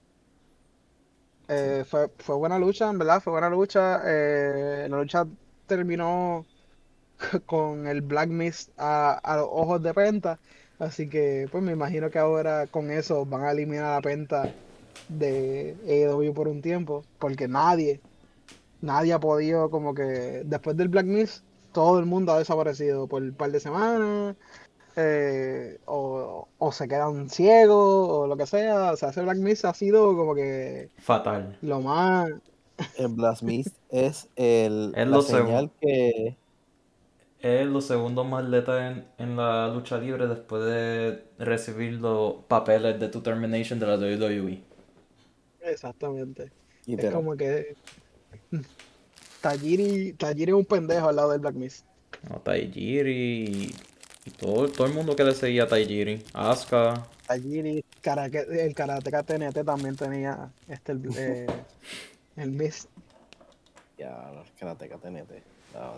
A: Sí.
B: Fue buena lucha, en verdad, fue buena lucha. La lucha terminó con el Black Mist a los ojos de Penta. Así que pues me imagino que ahora con eso van a eliminar a Penta de AEW por un tiempo. Porque nadie ha podido como que después del Black Mist, todo el mundo ha desaparecido por un par de semanas. O se quedan ciegos o lo que sea. O sea, ese Black Mist ha sido como que
C: Fatal.
B: lo más.
A: El Blast Mist es
C: Es
A: la
C: lo, segu-
A: señal que...
C: es lo segundo más letal en la lucha libre después de recibir los papeles de tu termination de la WWE.
B: Exactamente. Es
A: Literal.
B: como que Tajiri es un pendejo al lado del Black Mist.
C: No, Taijiri y todo el mundo que le seguía a Taijiri. Asuka.
B: Tajiri, el Karateka TNT también tenía el Mist.
A: Ya, los Karateka TNT. No,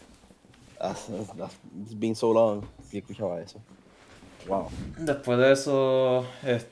A: it's been so long. Sí, escuchaba eso. Wow.
C: Después de eso,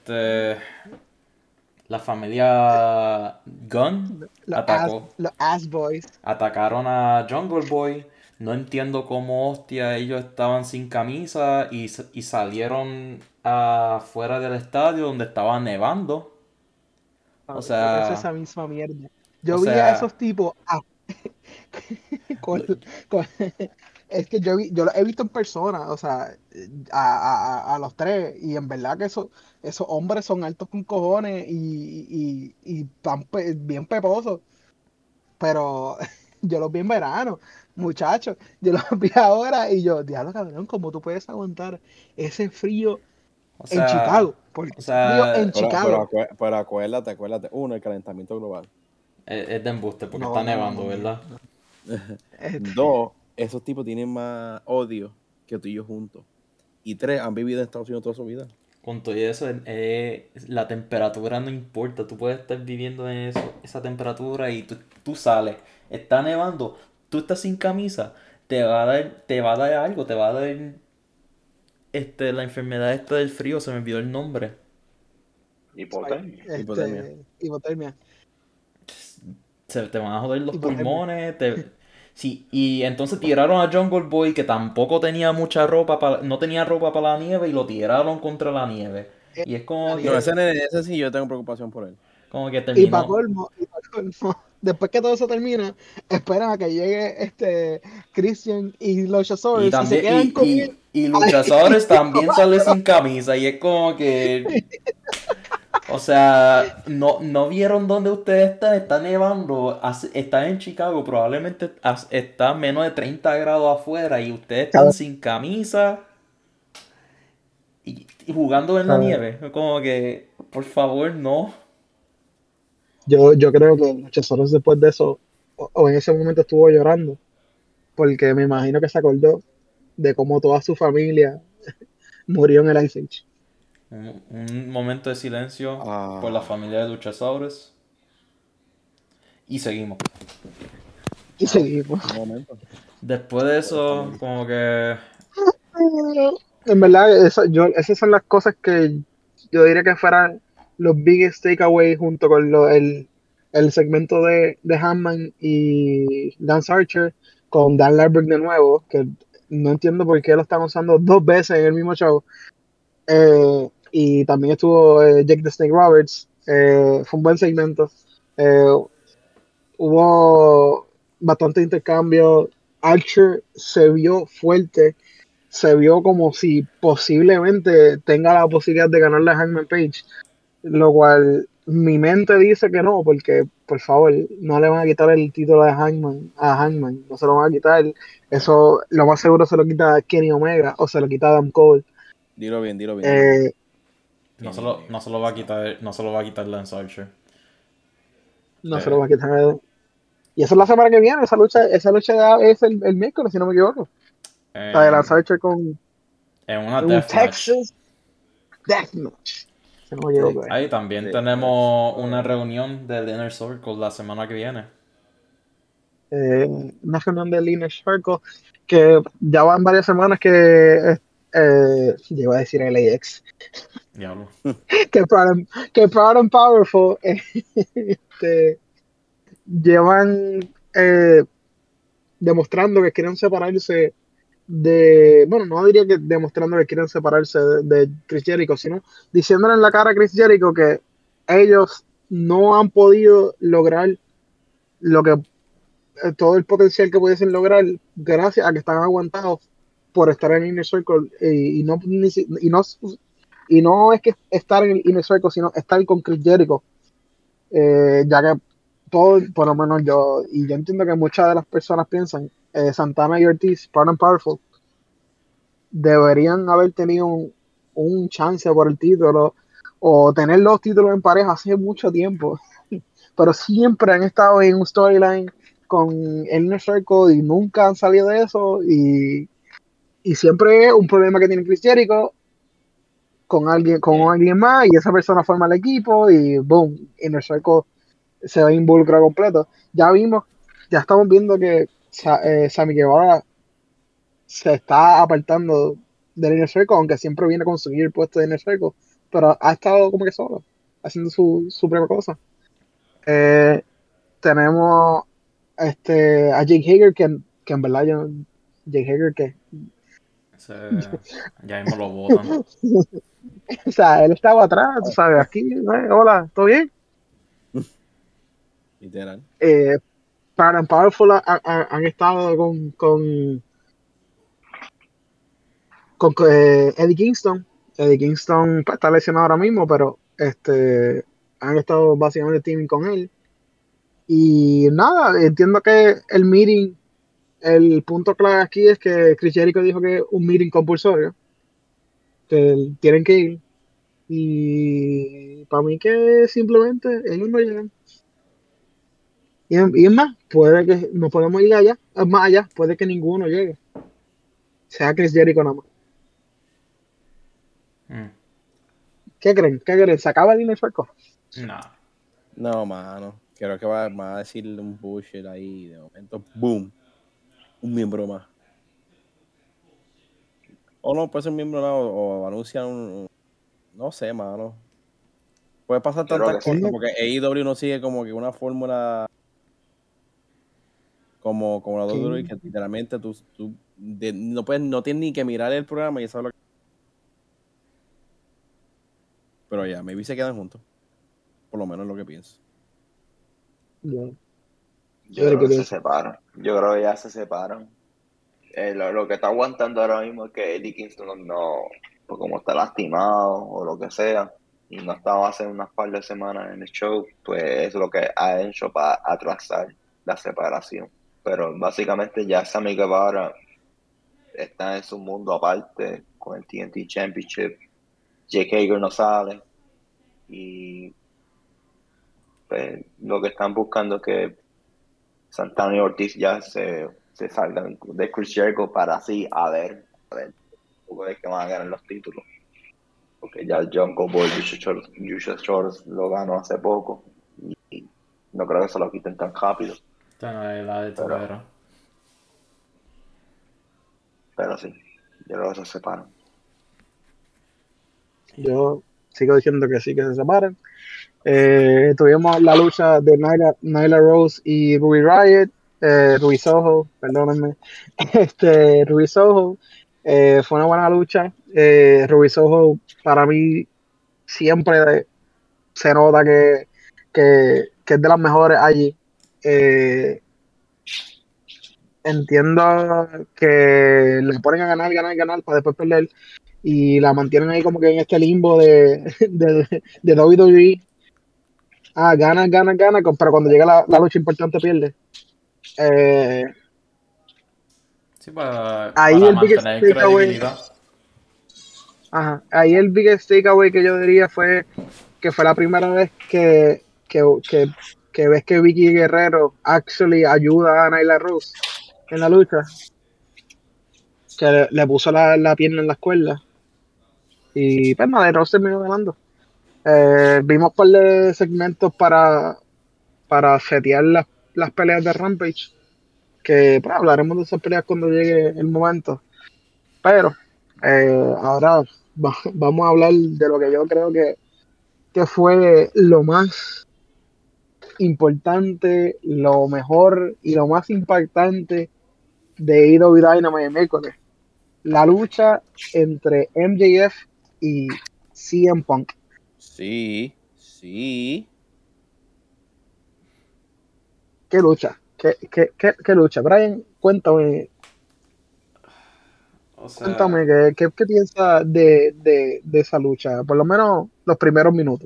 C: la familia Gunn
B: Los Ass Boys.
C: atacaron a Jungle Boy. No entiendo cómo hostia ellos estaban sin camisa y salieron afuera del estadio donde estaba nevando. O
B: Yo pensé
C: sea,
B: esa misma mierda.
C: o
B: Yo vi a esos
C: sea,
B: tipos con,
C: lo-
B: con, es que yo lo he visto en persona, o sea, a los tres, y en verdad que esos hombres son altos con cojones y tan bien peposos, pero yo los vi en verano, muchachos, yo los vi ahora y yo, diablo cabrón, ¿cómo tú puedes aguantar ese frío
C: O
B: en
C: sea,
B: Chicago? Porque
C: o
B: ese frío en
C: sea,
A: Pero,
B: Chicago.
A: pero acuérdate, uno, el calentamiento global.
C: es de embuste porque
B: No,
C: está
B: no, no,
C: nevando,
B: no,
C: ¿verdad?
B: no. Este,
A: Dos, esos tipos tienen más odio que tú y yo juntos. Y tres, han vivido en Estados Unidos toda su vida.
C: Con todo eso, la temperatura no importa. Tú puedes estar viviendo en esa temperatura y tú sales. Está nevando. Tú estás sin camisa. Te va a dar algo. Te va a dar la enfermedad esta del frío. Se me olvidó el nombre.
D: Hipotermia.
A: Hipotermia.
B: Hipotermia.
C: Se te van a joder los
B: Hipotermia.
C: pulmones. Sí, y entonces tiraron a Jungle Boy que tampoco tenía mucha ropa no tenía ropa para la nieve y lo tiraron contra la nieve. Y es
B: La
A: No,
B: nieve.
A: ese sí yo tengo preocupación por él.
C: como que
B: Y para
C: terminó.
B: colmo, después que todo eso termina, esperan a que llegue Christian y los
C: Y
B: Luchasaurus y se
C: también,
B: quedan con él.
C: y
B: Ahí,
C: Luchasaurus también sale
B: cuatro.
C: sin camisa. Y es como que. O sea, no vieron dónde ustedes están. Está nevando. Están en Chicago. Probablemente está a menos de 30 grados afuera. Y ustedes están
B: Cabrón,
C: sin camisa. Y jugando en la
B: cabrón.
C: nieve. Como que. Por favor, no.
B: Yo creo que Luchasaurus después de eso, o en ese momento estuvo llorando, porque me imagino que se acordó de cómo toda su familia murió en el Ice Age.
C: Un momento de silencio por la
A: Ah,
C: familia de Luchasaurus. Y seguimos.
B: Y seguimos.
A: un momento.
C: Después de
A: Por la
C: eso,
A: familia.
C: como que.
B: En verdad, esas son las cosas que yo diría que fueran los biggest takeaways junto con el segmento de Hangman y Lance Archer con Dan Lambert de nuevo, que no entiendo por qué lo están usando dos veces en el mismo show. Y también estuvo Jake the Snake Roberts. Fue un buen segmento. Eh, Hubo bastante intercambio. Archer se vio fuerte, se vio como si posiblemente tenga la posibilidad de ganarle a Hangman Page, lo cual mi mente dice que no, porque por favor, no le van a quitar el título de Hangman a Hangman, no se lo van a quitar. Eso lo más seguro se lo quita Kenny Omega o se lo quita Adam Cole.
A: Dilo bien, dilo bien, dilo bien.
B: Eh,
C: No se lo va a quitar. No se lo va a quitar Lance Archer.
B: no se lo
C: Eh,
B: va a quitar. Y eso es la semana que viene, esa lucha es el miércoles, si no me equivoco. La de Lance
C: en,
B: Archer con
C: en una
B: un
C: deathmatch.
B: Texas Deathmatch, si no me equivoco.
C: Ahí también
A: Texas.
C: tenemos una reunión del Inner Circle la semana que viene.
B: Una reunión de Inner Circle que ya van varias semanas que iba a decir LAX,
C: Diablo.
B: que Proud and Powerful este, llevan demostrando que quieren separarse bueno, no diría que demostrando que quieren separarse de Chris Jericho, sino diciéndole en la cara a Chris Jericho que ellos no han podido lograr lo que todo el potencial que pudiesen lograr gracias a que están aguantados por estar en Inner Circle y no es que estar en el Inner Circle, sino estar con Chris Jericho, ya que todo, por lo menos yo entiendo que muchas de las personas piensan, Santana y Ortiz, Proud and Powerful, deberían haber tenido un chance por el título o tener los títulos en pareja hace mucho tiempo, pero siempre han estado en un storyline con el Inner Circle y nunca han salido de eso y siempre es un problema que tiene Chris Jericho con alguien más y esa persona forma el equipo y boom, Inner Circle se va a involucrar completo. Ya estamos viendo que Sammy Guevara se está apartando del Inner Circle, aunque siempre viene a conseguir el puesto de Inner Circle, pero ha estado como que solo, haciendo su propia cosa. Eh, Tenemos a Jake Hager, que en verdad Jake Hager,
C: Ya mismo lo botan.
B: o sea, él estaba atrás, tú sabes, aquí, hola, ¿todo bien?
A: Literal.
B: Proud and Powerful han estado con Eddie Kingston. Eddie Kingston pues, está lesionado ahora mismo, pero han estado básicamente teaming con él. Y nada, entiendo que el punto clave aquí es que Chris Jericho dijo que es un meeting compulsorio, que tienen que ir. Y para mí que simplemente ellos no llegan. Y es más, puede que no podemos ir allá, más allá, puede que ninguno llegue. Sea Chris Jericho nada más.
C: Mm.
B: ¿Qué creen? ¿Qué creen? ¿Se acaba el Inner Circle?
C: No.
A: No, mano. Creo que va a decirle un bullshit ahí. De momento, boom. Un miembro más. O no, puede ser un miembro más. O anuncian un. No sé, mano. Puede pasar
D: Yo creo
A: tantas
D: que sí.
A: cosas porque AEW no sigue como que una fórmula como la WWE que literalmente no puedes, no tienes ni que mirar el programa y eso es lo que. Pero ya, maybe se quedan juntos. Por lo menos es lo que pienso.
B: Yo
D: Yo creo
B: creo
D: que
B: que
D: se separan. Yo creo que ya se separan. Lo que está aguantando ahora mismo es que Eddie Kingston no, pues como está lastimado o lo que sea, y no estaba hace unas par de semanas en el show, pues es lo que ha hecho para atrasar la separación. Pero básicamente ya Sammy Guevara está en su mundo aparte con el TNT Championship. Jake Hager no sale y pues, lo que están buscando es que Santana y Ortiz ya se salgan de Chris Jericho para así a ver poco de que van a ganar los títulos. Porque ya el Jungle Boy Luchasaurus Shores lo ganó hace poco y no creo que se lo quiten tan rápido.
C: Tengo ahí la de tu era.
D: Pero sí, yo creo que se separan.
B: yo sigo diciendo que sí, que se separen. Tuvimos la lucha de Nyla Rose y Ruby Riot, Ruby Soho, perdónenme, Ruby Soho, fue una buena lucha. Ruby Soho para mí siempre se nota que es de las mejores allí. Entiendo que le ponen a ganar para después perder y la mantienen ahí como que en este limbo de WWE. Gana, pero cuando llega la lucha importante pierde.
C: Sí, para
B: Ahí el biggest
C: mantener
B: takeaway,
C: credibilidad.
B: ahí el biggest takeaway que yo diría fue que fue la primera vez que ves que Vicky Guerrero actually ayuda a Nyla Rose en la lucha, que le puso la pierna en la escuela y pues Nyla Rose terminó ganando. Vimos un par de segmentos para setear las peleas de Rampage, que pues, hablaremos de esas peleas cuando llegue el momento. Pero ahora vamos a hablar de lo que yo creo que fue lo más importante, lo mejor y lo más impactante de AEW Dynamite el miércoles. La lucha entre MJF y CM Punk.
A: Sí.
B: ¿Qué lucha? ¿Qué lucha? Brian, cuéntame
C: O sea,
B: Cuéntame, ¿qué piensas de esa lucha? Por lo menos los primeros minutos.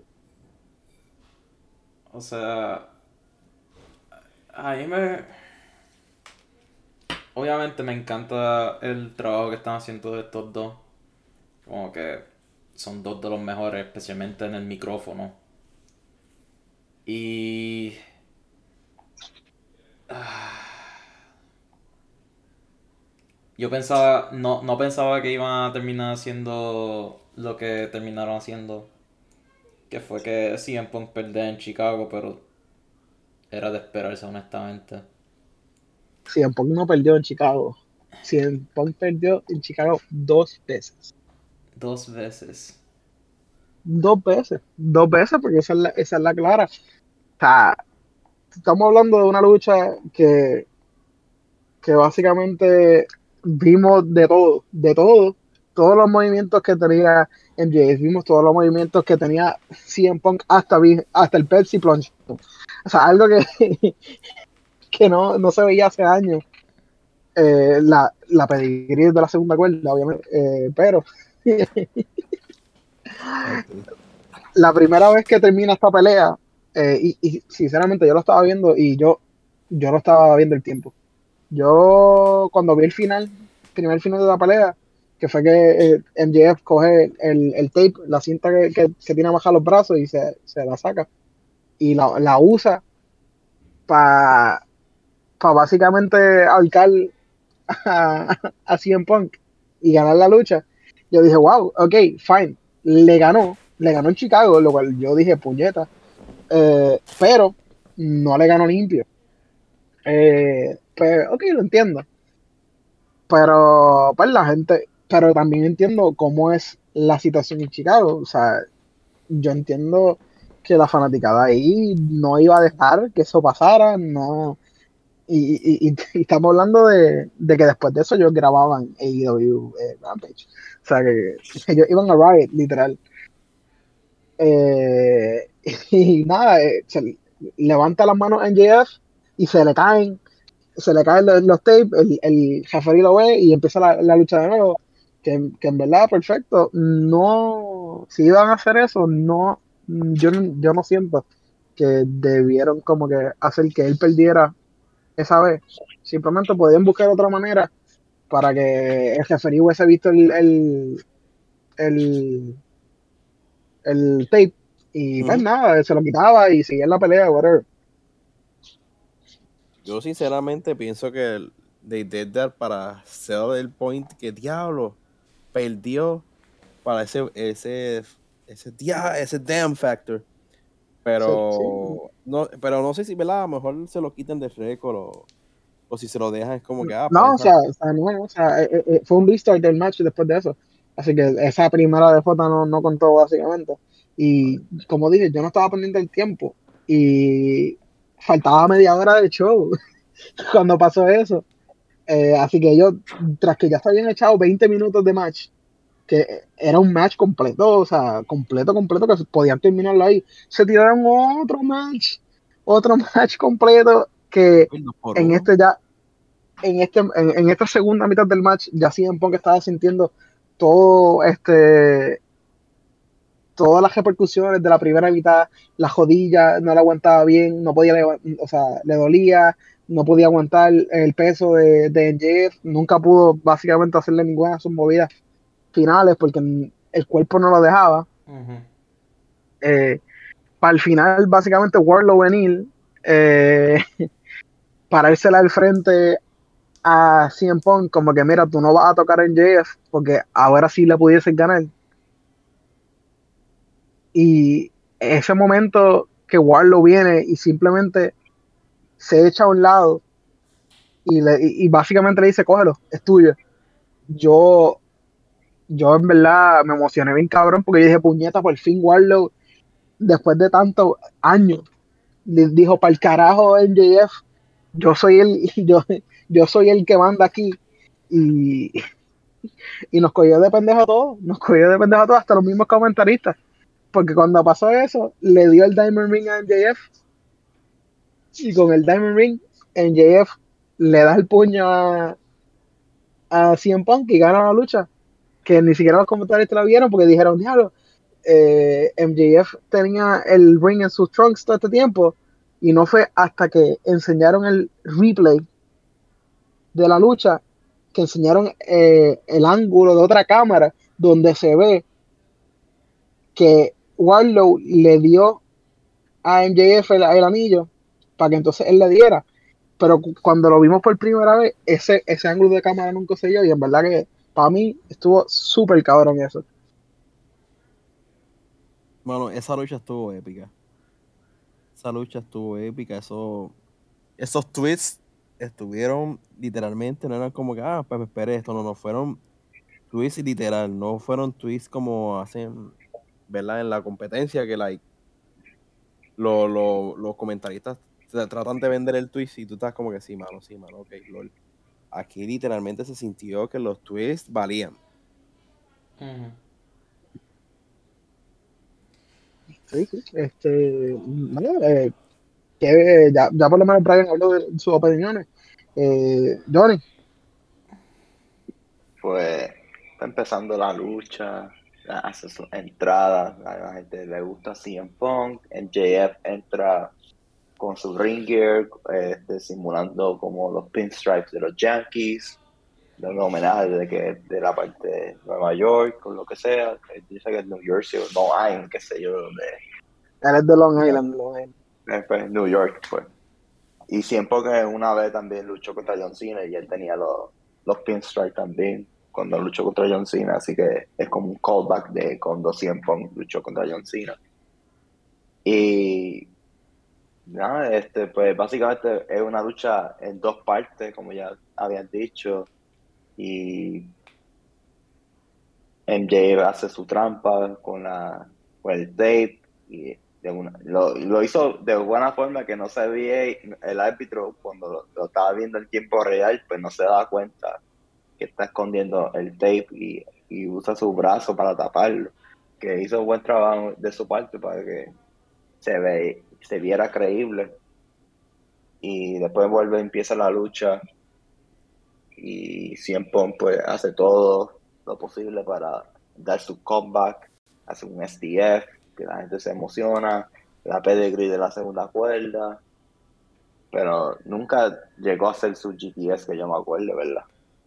C: o sea, a mí me... Obviamente me encanta el trabajo que están haciendo de estos dos. Como que son dos de los mejores, especialmente en el micrófono. Y... Yo pensaba, no pensaba que iban a terminar haciendo lo que terminaron haciendo. Que fue que CM Punk perdió en Chicago, pero era de esperarse, honestamente.
B: CM Punk no perdió en Chicago. CM Punk perdió en Chicago 2 veces.
C: 2 veces.
B: 2 veces, porque esa es la clara. O sea, estamos hablando de una lucha que básicamente vimos todos los movimientos que tenía MJF, vimos todos los movimientos que tenía CM Punk hasta el Pepsi Plunge. O sea, algo que no se veía hace años. la pedigrí de la segunda cuerda, obviamente, pero la primera vez que termina esta pelea, y sinceramente yo lo estaba viendo y yo no estaba viendo el tiempo. Yo cuando vi el final, primer final de la pelea, que fue que MJF coge el tape, la cinta que se tiene bajar los brazos y se la saca y la usa para básicamente ahorcar a CM Punk y ganar la lucha. Yo dije, wow, ok, fine. Le ganó en Chicago, lo cual yo dije, puñeta, pero no le ganó limpio. Pues, ok, lo entiendo. Pero, pues la gente, pero también entiendo cómo es la situación en Chicago. O sea, yo entiendo que la fanaticada ahí no iba a dejar que eso pasara, no. Y estamos hablando de que después de eso ellos grababan AEW Rampage. O sea, que ellos iban a Riot, literal. Eh, y nada, levanta las manos en JF y se le caen los tapes, el referee lo ve y empieza la lucha de nuevo. Que en verdad, perfecto. No, si iban a hacer eso, no, yo no siento que debieron como que hacer que él perdiera esa vez. Simplemente podían buscar otra manera para que el referee hubiese visto el, el tape y pues nada, se lo quitaba y seguía en la pelea, whatever.
A: Yo sinceramente pienso que they did that para sell el point que diablo perdió para ese damn factor.
B: Sí.
A: Pero no sé si, ¿verdad? A lo mejor se lo quitan de récord o si se lo dejan es como que,
B: No,
A: pues esa.
B: no, o sea, fue un restart del match después de eso. Así que esa primera derrota no contó básicamente. Y como dije, yo no estaba pendiente del tiempo y faltaba media hora de show cuando pasó eso. Así que yo, tras que ya se habían echado 20 minutos de match, que era un match completo, o sea, completo, que podían terminarlo ahí, se tiraron otro match completo que
A: Uy, 2 por
B: en
A: 1.
B: este ya en esta segunda mitad del match, ya CM Punk estaba sintiendo todo todas las repercusiones de la primera mitad, la jodilla no la aguantaba bien, no podía, o sea, le dolía, no podía aguantar el peso de MJF, nunca pudo básicamente hacerle ninguna de sus movidas finales porque el cuerpo no lo dejaba.
C: Ujú.
B: Para el final, básicamente, Wardlow venir, eh, parársela al frente a CM Punk como que mira, tú no vas a tocar en JF porque ahora sí le pudiesen ganar. Y ese momento que Warlow viene y simplemente se echa a un lado y básicamente le dice, cógelo, es tuyo. Yo, yo en verdad me emocioné bien cabrón porque yo dije, puñeta, por fin Warlow, después de tantos años, dijo, para el carajo MJF, yo soy el, yo soy el que manda aquí. Y, y nos cogió de pendejo a todos, nos cogió de pendejo a todos, hasta los mismos comentaristas. Porque cuando pasó eso, le dio el Diamond Ring a MJF y con el Diamond Ring, MJF le da el puño a CM Punk y gana la lucha. Que ni siquiera los comentaristas la vieron porque dijeron, diablo, MJF tenía el ring en sus trunks todo este tiempo y no fue hasta que enseñaron el replay de la lucha que enseñaron el ángulo de otra cámara donde se ve que Warlow le dio a MJF el anillo para que entonces él le diera. Pero cuando lo vimos por primera vez, ese ángulo de cámara nunca se dio y en verdad que para mí estuvo súper cabrón eso.
A: Bueno, esa lucha estuvo épica. Esos tweets estuvieron literalmente, no eran como que, pues esperé esto, no, fueron tweets literal, no fueron tweets como hacen, ¿verdad? En la competencia que los comentaristas tratan de vender el tweet y tú estás como que sí, mano, ok, lol. Aquí literalmente se sintió que los tweets valían.
C: Ujú.
B: Sí, sí. Bueno, que ya por lo menos Brian habló de sus opiniones. Johnny,
D: pues está empezando la lucha, hace sus entradas, a la gente le gusta CM Punk, MJF entra con su ring gear, simulando como los pinstripes de los Yankees, dando homenaje de la parte de Nueva York, o lo que sea, dice que es New Jersey o Long Island, qué sé yo, donde
B: Él es de Long Island, Long Island.
D: pues, New York, pues. Y siempre que una vez también luchó contra John Cena y él tenía los pinstripes también cuando luchó contra John Cena, así que es como un callback de cuando CM Punk luchó contra John Cena. Y nada, pues básicamente es una lucha en dos partes, como ya habían dicho, y MJ hace su trampa con el tape y lo hizo de buena forma que no se veía el árbitro cuando lo estaba viendo en tiempo real, pues no se daba cuenta que está escondiendo el tape y usa su brazo para taparlo, que hizo buen trabajo de su parte para que se viera creíble. Y después empieza la lucha y CM Punk pues hace todo lo posible para dar su comeback, hace un STF, que la gente se emociona, la pedigree de la segunda cuerda, pero nunca llegó a hacer su GTS que yo me acuerdo, ¿verdad?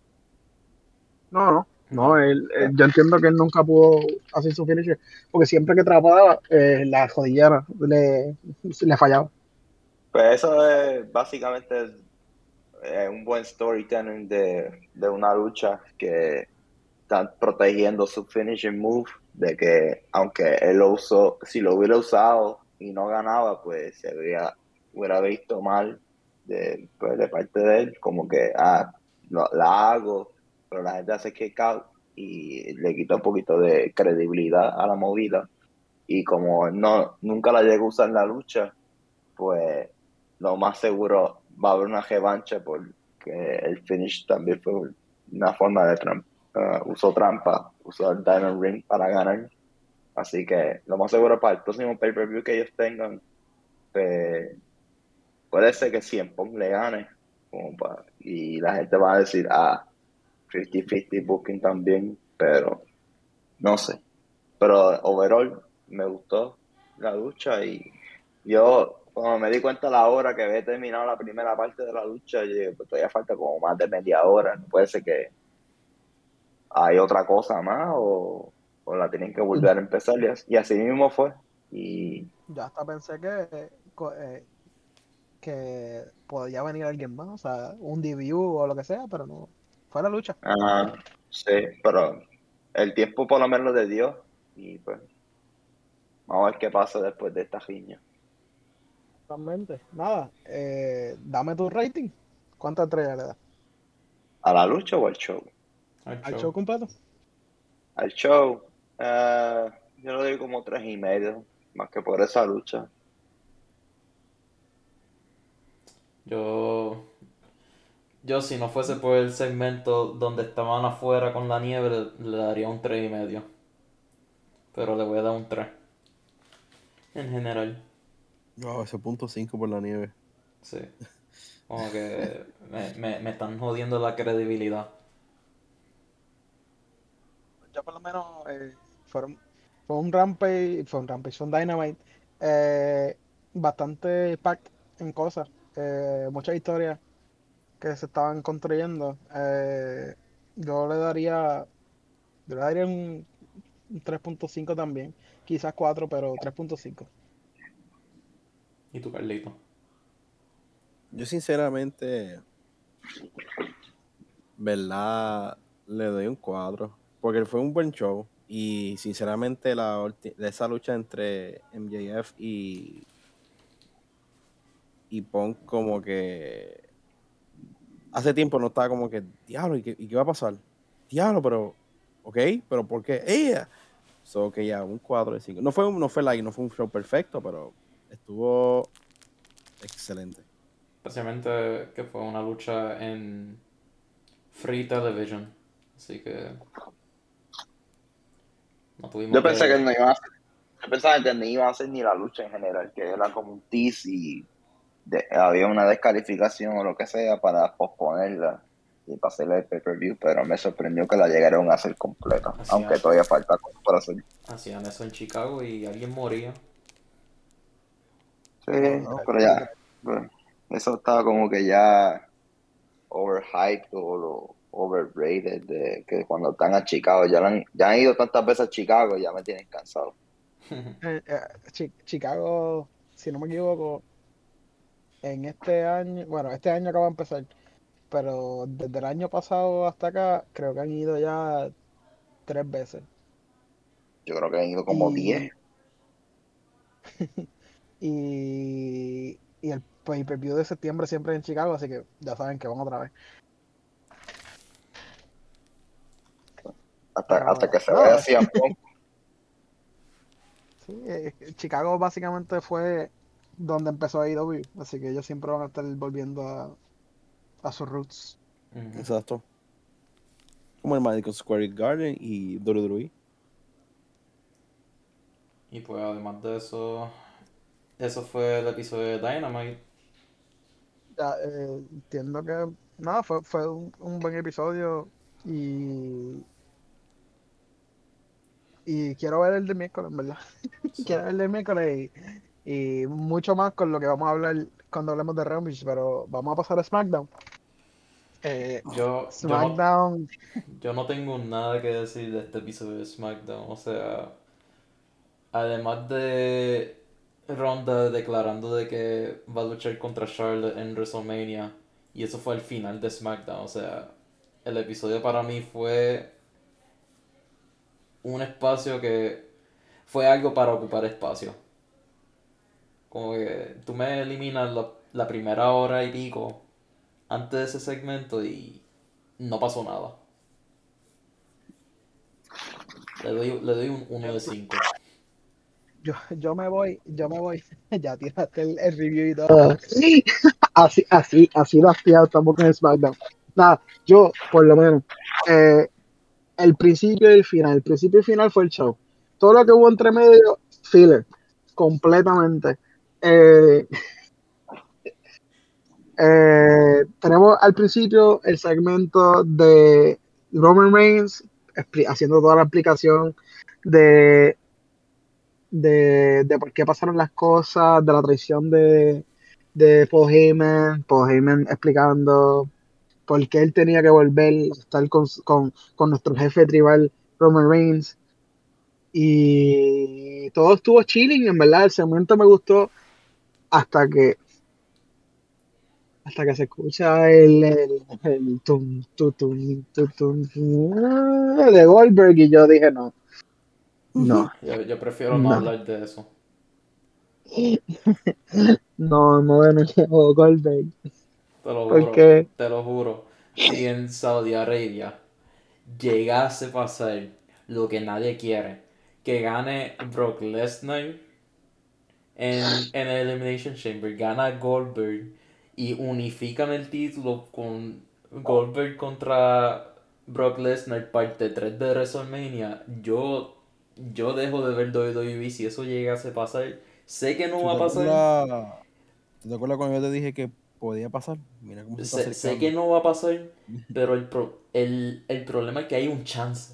B: No, yo entiendo que él nunca pudo hacer su finisher, porque siempre que trabajaba, la rodillera le fallaba.
D: Pues eso es básicamente un buen storytelling de una lucha que están protegiendo su finishing move, de que aunque él lo usó, si lo hubiera usado y no ganaba, pues hubiera visto mal pues, de parte de él, como que la hago, pero la gente hace kick out y le quita un poquito de credibilidad a la movida. Y como nunca la llegó a usar en la lucha, pues lo más seguro va a haber una revancha porque el finish también fue una forma de trampa. Usó trampa, usó el Diamond Ring para ganar. Así que lo más seguro para el próximo pay-per-view que ellos tengan, pues, puede ser que 100 Punk le gane. Y la gente va a decir, 50-50 booking también, pero no sé. Pero overall me gustó la lucha y yo cuando me di cuenta a la hora que había terminado la primera parte de la lucha, yo dije, pues todavía falta como más de media hora, no puede ser que hay otra cosa más o la tienen que volver a empezar y así mismo fue. Y
B: Yo hasta pensé que podía venir alguien más, o sea, un debut o lo que sea, pero no, fue la lucha.
D: sí, pero el tiempo por lo menos de Dios y pues vamos a ver qué pasa después de esta riña.
B: Realmente, nada, dame tu rating. ¿Cuántas estrellas le das?
D: ¿A la lucha o al show?
C: Al
B: ¿Al
C: show.
B: show completo?
D: Al show, yo lo doy como 3.5, más que por esa lucha.
C: Yo, yo si no fuese por el segmento donde estaban afuera con la nieve, le daría un 3.5. Pero le voy a dar un 3. En general,
A: No, ese punto 5 por la nieve.
C: sí. Como que me están jodiendo la credibilidad.
B: Yo por lo menos fueron, fue un Rampage, fue un Dynamite bastante packed en cosas, muchas historias que se estaban construyendo. Yo le daría, yo le daría un 3.5 también, quizás 4 pero 3.5.
C: ¿Y tú, Carlito?
A: Yo sinceramente, verdad, le doy un 4 porque fue un buen show y sinceramente esa lucha entre MJF y Punk como que hace tiempo no estaba como que, diablo, ¿y qué va a pasar? Diablo, pero, ok, pero ¿por qué? ¡Ella! So que ya, un 4 de 5. No fue un show perfecto, pero estuvo excelente.
C: Especialmente que fue una lucha en Free Television. Así que no tuvimos
D: Yo pensé
C: que...
D: que no iba a hacer, yo pensaba que ni iba a hacer ni la lucha en general, que era como un tease y había una descalificación o lo que sea para posponerla. y para hacer el pay-per-view, pero me sorprendió que la llegaron a hacer completa,
C: Así
D: aunque
C: es.
D: todavía falta cosas por hacer.
C: Hacían eso en Chicago y alguien moría.
D: Sí,
B: Literal,
D: pero ya,
B: literal.
D: bueno, eso estaba como que ya overhyped o overrated, de que cuando están a Chicago, ya han ido tantas veces a Chicago y ya me tienen cansado.
B: Chicago, si no me equivoco, en este año, bueno, este año acaba de empezar, pero desde el año pasado hasta acá, creo que han ido ya 3 veces.
D: Yo creo que han ido como 10.
B: Y, y el pay-per-view de septiembre siempre es en Chicago, así que ya saben que van otra vez.
D: Hasta
B: Pero
D: que se vaya
B: no,
D: CM Punk.
B: sí, Chicago básicamente fue donde empezó AEW, así que ellos siempre van a estar volviendo a sus roots.
C: Ujú.
A: Exacto. Como el Madison Square Garden y WWE.
C: Y pues además de eso, eso fue el episodio de Dynamite.
B: Ya, entiendo que nada, fue un buen episodio y quiero ver el de miércoles, en verdad.
C: Sí.
B: Quiero ver el de miércoles y mucho más con lo que vamos a hablar cuando hablemos de Rampage, pero vamos a pasar a SmackDown.
C: Yo, yo no,
B: SmackDown,
C: yo no tengo nada que decir de este episodio de SmackDown. O sea, además de Ronda declarando de que va a luchar contra Charlotte en WrestleMania. Y eso fue el final de SmackDown. O sea, el episodio para mí fue un espacio que fue algo para ocupar espacio. Como que tú me eliminas la primera hora y pico antes de ese segmento y no pasó nada. Le doy un 1 de 5.
B: yo me voy, ya tiraste el review y todo. Así lastiado estamos con SmackDown. Nada, yo, por lo menos, eh, el principio y el final fue el show. Todo lo que hubo entre medio, filler, completamente. Eh, tenemos al principio el segmento de Roman Reigns haciendo toda la explicación de, de por qué pasaron las cosas, de la traición de Paul Heyman explicando por qué él tenía que volver a estar con nuestro jefe tribal Roman Reigns. Y todo estuvo chilling, en verdad, el segmento me gustó hasta que hasta que se escucha el tum, de Goldberg y yo dije no, no,
C: Yo prefiero no
B: no,
C: hablar de eso.
B: no de nuevo Goldberg,
C: Te lo juro,
B: porque
C: te lo juro. Si en Saudi Arabia llegase a pasar lo que nadie quiere, que gane Brock Lesnar en el Elimination Chamber, gana Goldberg y unifican el título con Goldberg contra Brock Lesnar, parte 3 de WrestleMania, yo dejo de ver WWE si eso llegase a pasar. Sé que no
A: ¿Tú
C: va a
A: te
C: pasar,
A: acuerdas, ¿tú te acuerdas cuando yo te dije que podía pasar? Mira cómo se está
C: sé que
A: acercando.
C: no va a pasar, pero el problema es que hay un chance.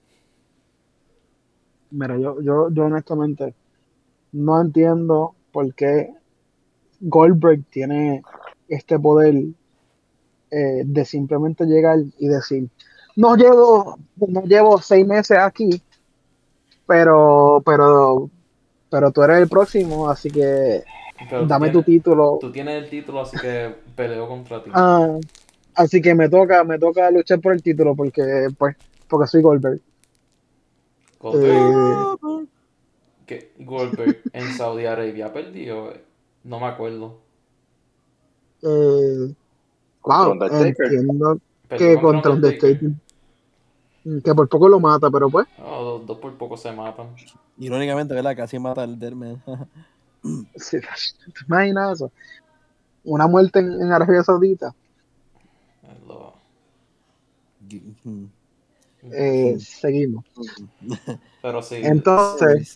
B: mira, yo honestamente no entiendo por qué Goldberg tiene este poder de simplemente llegar y decir, no llevo 6 meses aquí, pero, pero, pero tú eres el próximo, así que
C: Pero
B: dame tu título.
C: tú tienes el título, así que peleo contra ti.
B: Ah, así que me toca luchar por el título porque soy Goldberg.
C: Goldberg,
B: Eh,
C: que Goldberg en Saudi Arabia perdió, no me acuerdo.
B: eh,
D: Contra
B: wow,
D: Undertaker.
B: entiendo
C: Perdió
B: que
C: contra
B: contra
C: Undertaker.
B: Undertaker, que por poco lo mata, pero pues,
C: Oh, los dos por poco se matan.
A: Irónicamente, ¿verdad? Casi mata al Deadman.
B: sí, ¿te imaginas eso? Una muerte en Arabia Saudita.
C: Lo-
B: Seguimos.
C: Pero sí,
B: Entonces,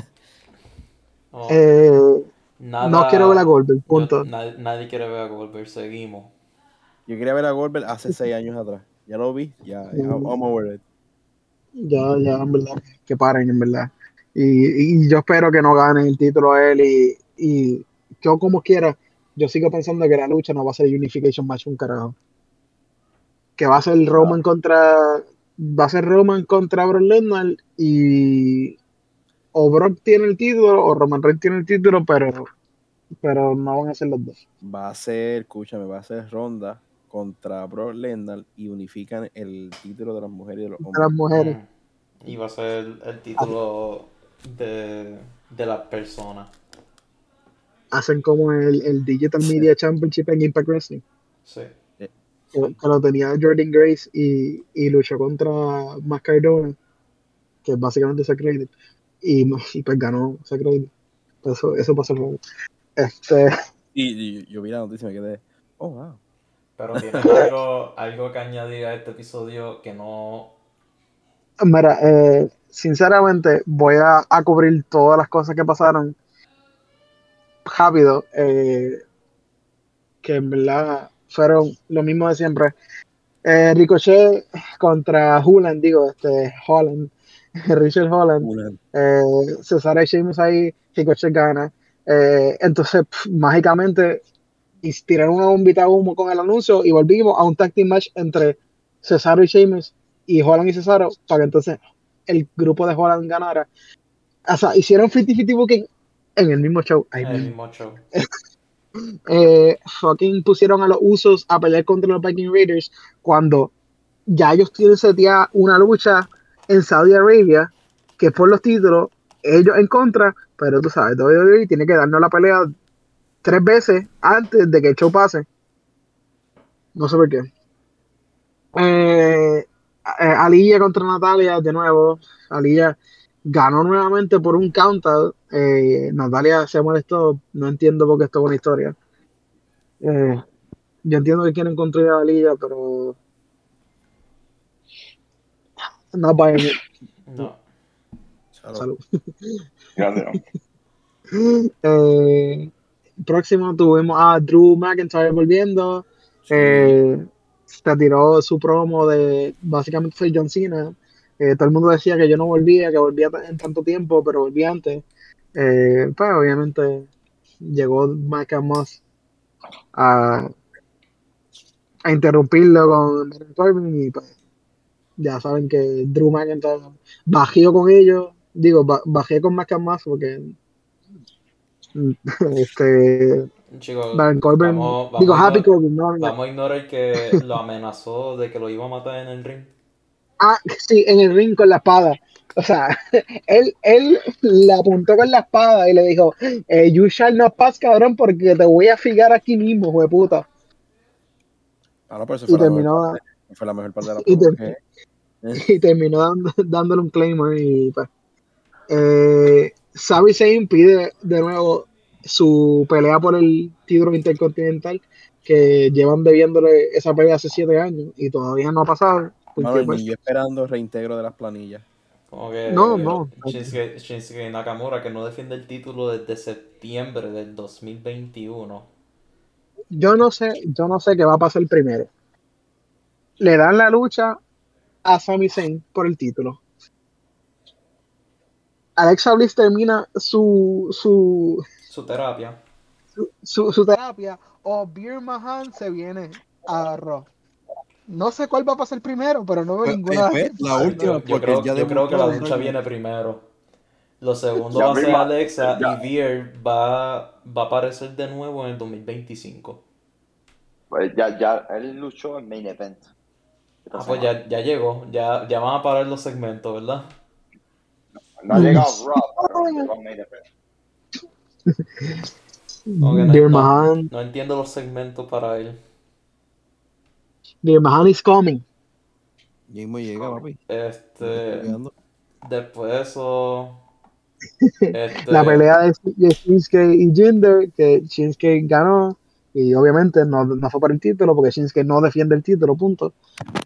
C: no,
B: eh, no quiero ver a
C: nada.
B: Goldberg, punto.
C: Nadie quiere ver a Goldberg, seguimos.
A: Yo quería ver a Goldberg hace 6 años atrás. Ya lo vi, ya, I'm over it.
B: Ya, en verdad, que paren, en verdad. Y yo espero que no gane el título él y yo como quiera, yo sigo pensando que la lucha no va a ser Unification Match un carajo. Que va a ser Roman contra Brock Lesnar y o Brock tiene el título o Roman Reigns tiene el título, pero no van a ser los dos.
A: Va a ser Ronda contra Brock Lesnar y unifican el título de las mujeres y de los
B: De
A: hombres.
B: las mujeres.
C: Y va a ser el título de las personas.
B: Hacen como el Digital Media Championship en Impact Wrestling.
C: Sí.
B: Que lo tenía Jordan Grace y luchó contra Matt Cardona, que es básicamente Zack Ryder, y pues ganó Zack Ryder. Eso pasó luego.
A: Y yo vi la noticia y me quedé, oh, wow.
C: Pero tienes algo que añadir a este episodio que no...
B: Mira, sinceramente voy a cubrir todas las cosas que pasaron rápido, que en verdad fueron lo mismo de siempre. Ricochet contra Holland, Holland, Richard Holland, Cesaro y Sheamus ahí, Ricochet gana. Entonces, mágicamente, tiraron una bombita de humo con el anuncio y volvimos a un tag team match entre Cesaro y Sheamus y Holland y Cesaro para que entonces el grupo de Holland ganara. O sea, hicieron 50-50 booking en el mismo show.
C: En el mismo show.
B: Fucking pusieron a los Usos a pelear contra los Viking Raiders cuando ya ellos tienen seteada una lucha en Saudi Arabia que es por los títulos, ellos en contra, pero tú sabes, WWE tiene que darnos la pelea 3 veces antes de que el show pase. No sé por qué. Aliyah contra Natalia de nuevo. Aliyah ganó nuevamente por un countout. Natalia se molestó. No entiendo por qué esto es una historia. Yo entiendo que quieren construir a Aliyah, pero no para mí.
C: No.
B: Salud.
D: Gracias.
B: Próximo tuvimos a Drew McIntyre volviendo.
A: Sí.
B: Se tiró su promo de básicamente soy John Cena. Todo el mundo decía que yo no volvía, que volvía en tanto tiempo, pero volví antes. Pues obviamente llegó Mike Moss a interrumpirlo con Baron Corbin y pues ya saben que Drew McIntyre bajó con ellos. Digo, bajé con Mike Moss porque
C: Chicos,
B: Baron Corbin, Happy Corbin, no.
C: Vamos a ignorar que lo amenazó de que lo iba a matar en el ring.
B: Ah, sí, en el ring con la espada. O sea, él le apuntó con la espada y le dijo, you shall not pass, cabrón, porque te voy a fijar aquí mismo, güey, puta.
A: Ah, no, pero eso
B: Y terminó,
A: fue la mejor parte de la
B: y,
A: promo.
B: y terminó dándole un claimer y pues. Sami Zayn pide de nuevo su pelea por el título intercontinental que llevan debiéndole esa pelea hace 7 años y todavía no ha pasado. Porque,
A: Mano, y yo esperando reintegro de las planillas.
C: Como que
B: No.
C: Shinsuke Nakamura, que no defiende el título desde septiembre del 2021.
B: Yo no sé qué va a pasar primero. Le dan la lucha a Sami Zayn por el título. Alexa Bliss termina su
C: terapia.
B: Su terapia o Beer Mahan se viene a Raw. No sé cuál va a pasar primero, pero no veo ninguna.
A: La última,
C: yo creo que la lucha viene primero. Lo segundo va a ser Alexa y Veer va a aparecer de nuevo en el 2025.
D: Pues ya él luchó en Main Event.
C: Pues ya llegó. Ya van a parar los segmentos, ¿verdad?
D: No ha llegado Raw, pero llegó Main
C: Event. No entiendo los segmentos para él.
B: Dear Mahan is coming.
A: Mismo llega, papi.
C: Después de eso.
B: La pelea de Shinsuke y Jinder, que Shinsuke ganó. Y obviamente no fue por el título, porque Shinsuke no defiende el título, punto.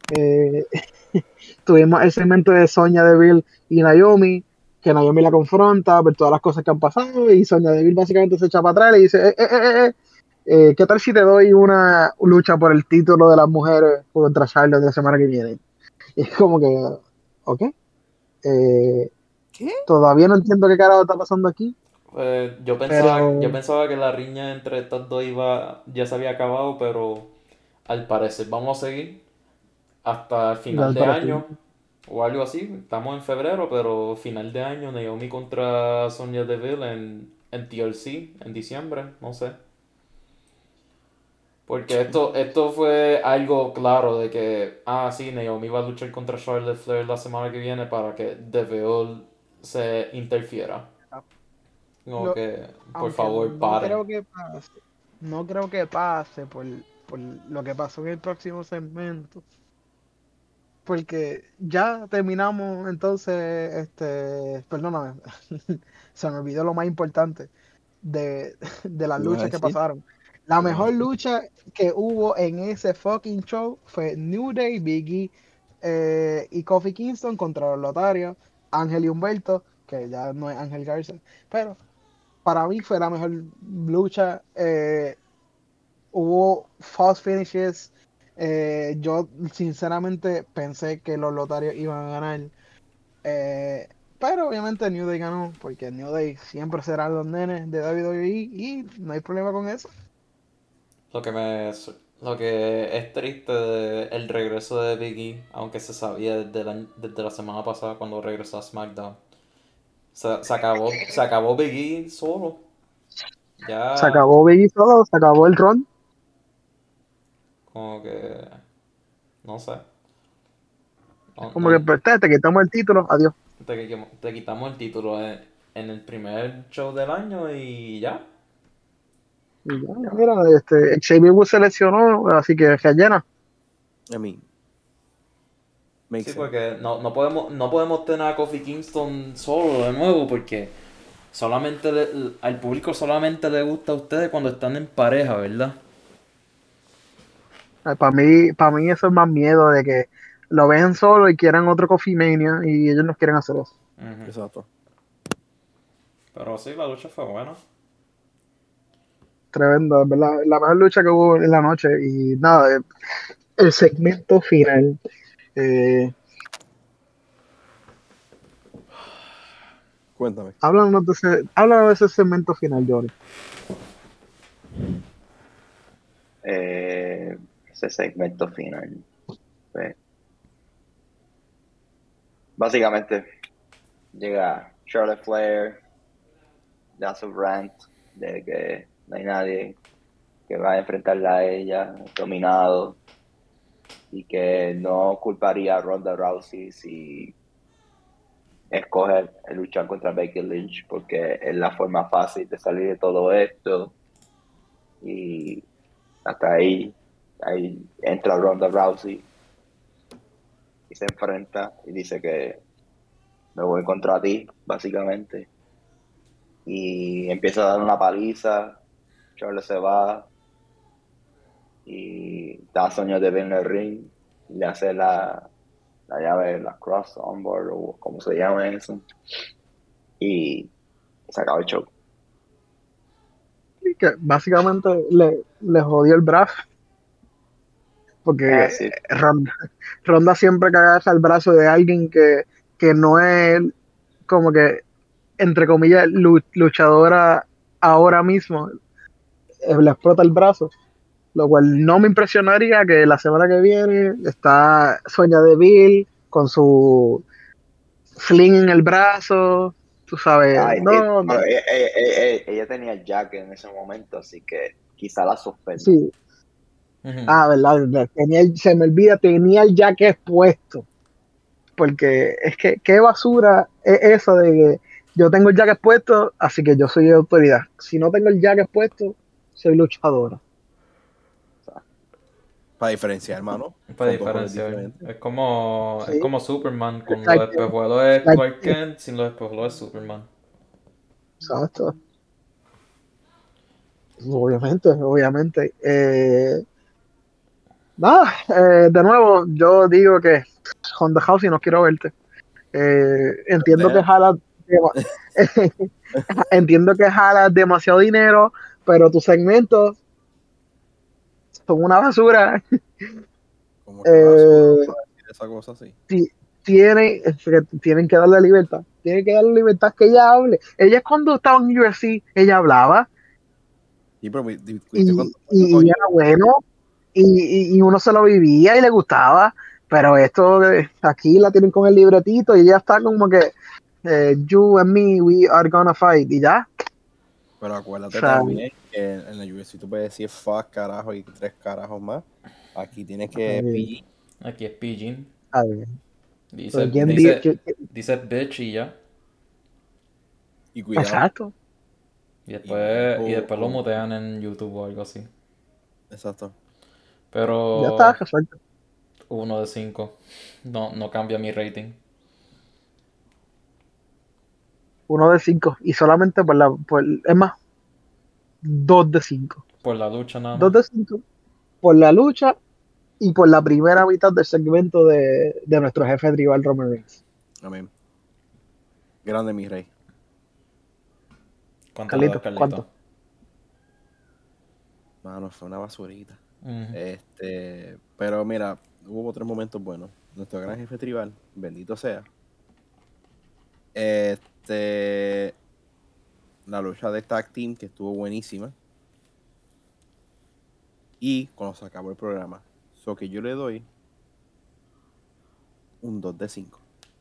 B: Tuvimos el segmento de Sonya Deville y Naomi, que Naomi la confronta por todas las cosas que han pasado, y Sonya Deville básicamente se echa para atrás y dice, ¿Qué tal si te doy una lucha por el título de las mujeres contra Charlotte la semana que viene? Y es como que, ok,
A: ¿Qué?
B: todavía no entiendo qué carajo está pasando aquí,
C: Pues yo
B: pero
C: pensaba que la riña entre estas dos ya se había acabado, pero al parecer vamos a seguir hasta el final
B: al
C: de
B: parecer,
C: año o algo así. Estamos en febrero, pero final de año, Naomi contra Sonya Deville en TLC en diciembre, no sé. Porque esto fue algo claro de que, sí, Naomi va a luchar contra Charlotte Flair la semana que viene para que Deville se interfiera. Como
B: lo-
C: que, por
B: aunque
C: favor,
B: no
C: paren.
B: creo que pase, no creo que pase por lo que pasó en el próximo segmento, porque ya terminamos entonces, perdóname, se me olvidó lo más importante de las
A: ¿Qué ibas a
B: luchas que
A: decir?
B: pasaron. La
A: ¿Qué ibas a
B: mejor
A: decir?
B: lucha que hubo en ese fucking show fue New Day, Big E y Kofi Kingston contra los Lotarios, Ángel y Humberto, que ya no es Ángel Garza, pero para mí fue la mejor lucha. Hubo false finishes. Yo sinceramente pensé que los Lotarios iban a ganar. Eh, pero obviamente New Day ganó, porque New Day siempre serán los nenes de WWE y no hay problema con eso.
C: Lo que lo que es triste de el regreso de Big E, aunque se sabía desde la semana pasada cuando regresó a SmackDown. Se acabó Big E solo.
B: Se
C: Ya,
B: acabó Biggie solo, se acabó el Ron.
C: como que, no sé. No, no
B: Como que
C: hay-
B: pues, te quitamos el título, adiós.
C: te quitamos el título en el primer show del año y ya.
B: Y ya, mira, Xavier Woods se lesionó, así que rellena.
A: I mean, makes
C: Sí,
A: sense.
C: porque no podemos tener a Kofi Kingston solo de nuevo porque al público solamente le gusta a ustedes cuando están en pareja, ¿verdad?
B: Para mí eso es más miedo de que lo vean solo y quieran otro Coffee Mania y ellos no quieren hacer eso.
C: Ujú.
A: Exacto.
C: Pero sí, la lucha fue buena.
B: Tremendo, ¿verdad? La mejor lucha que hubo en la noche y nada, el segmento final. Eh,
A: Cuéntame.
B: háblanos de ese segmento final, Johnny.
D: Ese segmento final. Pues, básicamente llega Charlotte Flair, da su rant de que no hay nadie que va a enfrentarla a ella, dominado, y que no culparía a Ronda Rousey si escoge luchar contra Becky Lynch porque es la forma fácil de salir de todo esto. Y hasta ahí entra Ronda Rousey y se enfrenta y dice que me voy contra ti, básicamente. Y empieza a dar una paliza, Charles se va y da Sonya de en el ring, y le hace la llave, la cross on board o como se llama eso, y se acaba el show.
B: Y que básicamente le jodió el brazo,
D: Es
B: porque
D: así.
B: Ronda siempre que agarra el brazo de alguien que no es como que, entre comillas, luchadora ahora mismo, le explota el brazo. Lo cual no me impresionaría que la semana que viene está Sonya Deville con su sling en el brazo, tú sabes, no,
D: Bueno, ella tenía el jacket en ese momento, así que quizá la suspenda.
B: sí,
C: Ujú.
B: verdad, se me olvida, tenía el jacket puesto, porque es que qué basura es eso de que yo tengo el jacket puesto, así que yo soy autoridad. Si no tengo el jacket puesto, soy luchadora.
A: Para diferenciar, hermano.
C: Para
A: Son dos roles
C: diferenciar.
A: diferentes.
C: Es
B: Sí,
C: como Superman con los
B: exacto,
C: espejuelos es Clark
B: exacto,
C: Kent, sin los espejuelos es Superman.
B: exacto. Obviamente, obviamente. Nada, de nuevo, yo digo que Honda House y no quiero verte. Entiendo que
A: Damn.
B: entiendo que jala demasiado dinero, pero tu segmento son una basura.
A: Como que basura
B: Eh,
A: para decir esa cosa así.
B: ti- tienen que darle libertad. Tienen que darle libertad que ella hable. Ella cuando estaba en UFC, ella hablaba
A: Y pero discutiste
B: y,
A: cuánto años
B: y
A: cogió.
B: era bueno y uno se lo vivía y le gustaba. Pero esto aquí la tienen con el libretito y ella está como que you and me, we are gonna fight y ya.
A: Pero
B: O
A: acuérdate
B: sea,
A: también que en la UFC tú puedes decir fuck, carajo y 3 carajos más. Aquí tienes que PG
C: Aquí es PG.
B: a ver,
C: Dice,
B: ¿quién
C: dice, dice bitch y ya.
A: y cuidado.
B: exacto.
A: Y no
C: Y después lo mutean en YouTube o algo así.
A: exacto.
B: Ya está,
C: Pero
B: resuelto.
C: 1 de 5. No cambia mi rating.
B: 1 de 5. Y solamente es más, 2 de 5.
C: Por la lucha nada
B: Dos
C: más.
B: de 5 por la lucha y por la primera mitad del segmento de nuestro jefe tribal Roman Reigns.
A: Amén. Grande mi rey.
C: ¿Cuánto le das,
B: Carlito,
C: Carlito?
B: ¿cuánto?
A: Mano, fue una basurita.
C: Ujú.
A: Pero mira, hubo 3 momentos buenos. Nuestro gran jefe tribal, bendito sea. La lucha de tag team que estuvo buenísima. Y cuando se acabó el programa. So que yo le doy un 2 de 5.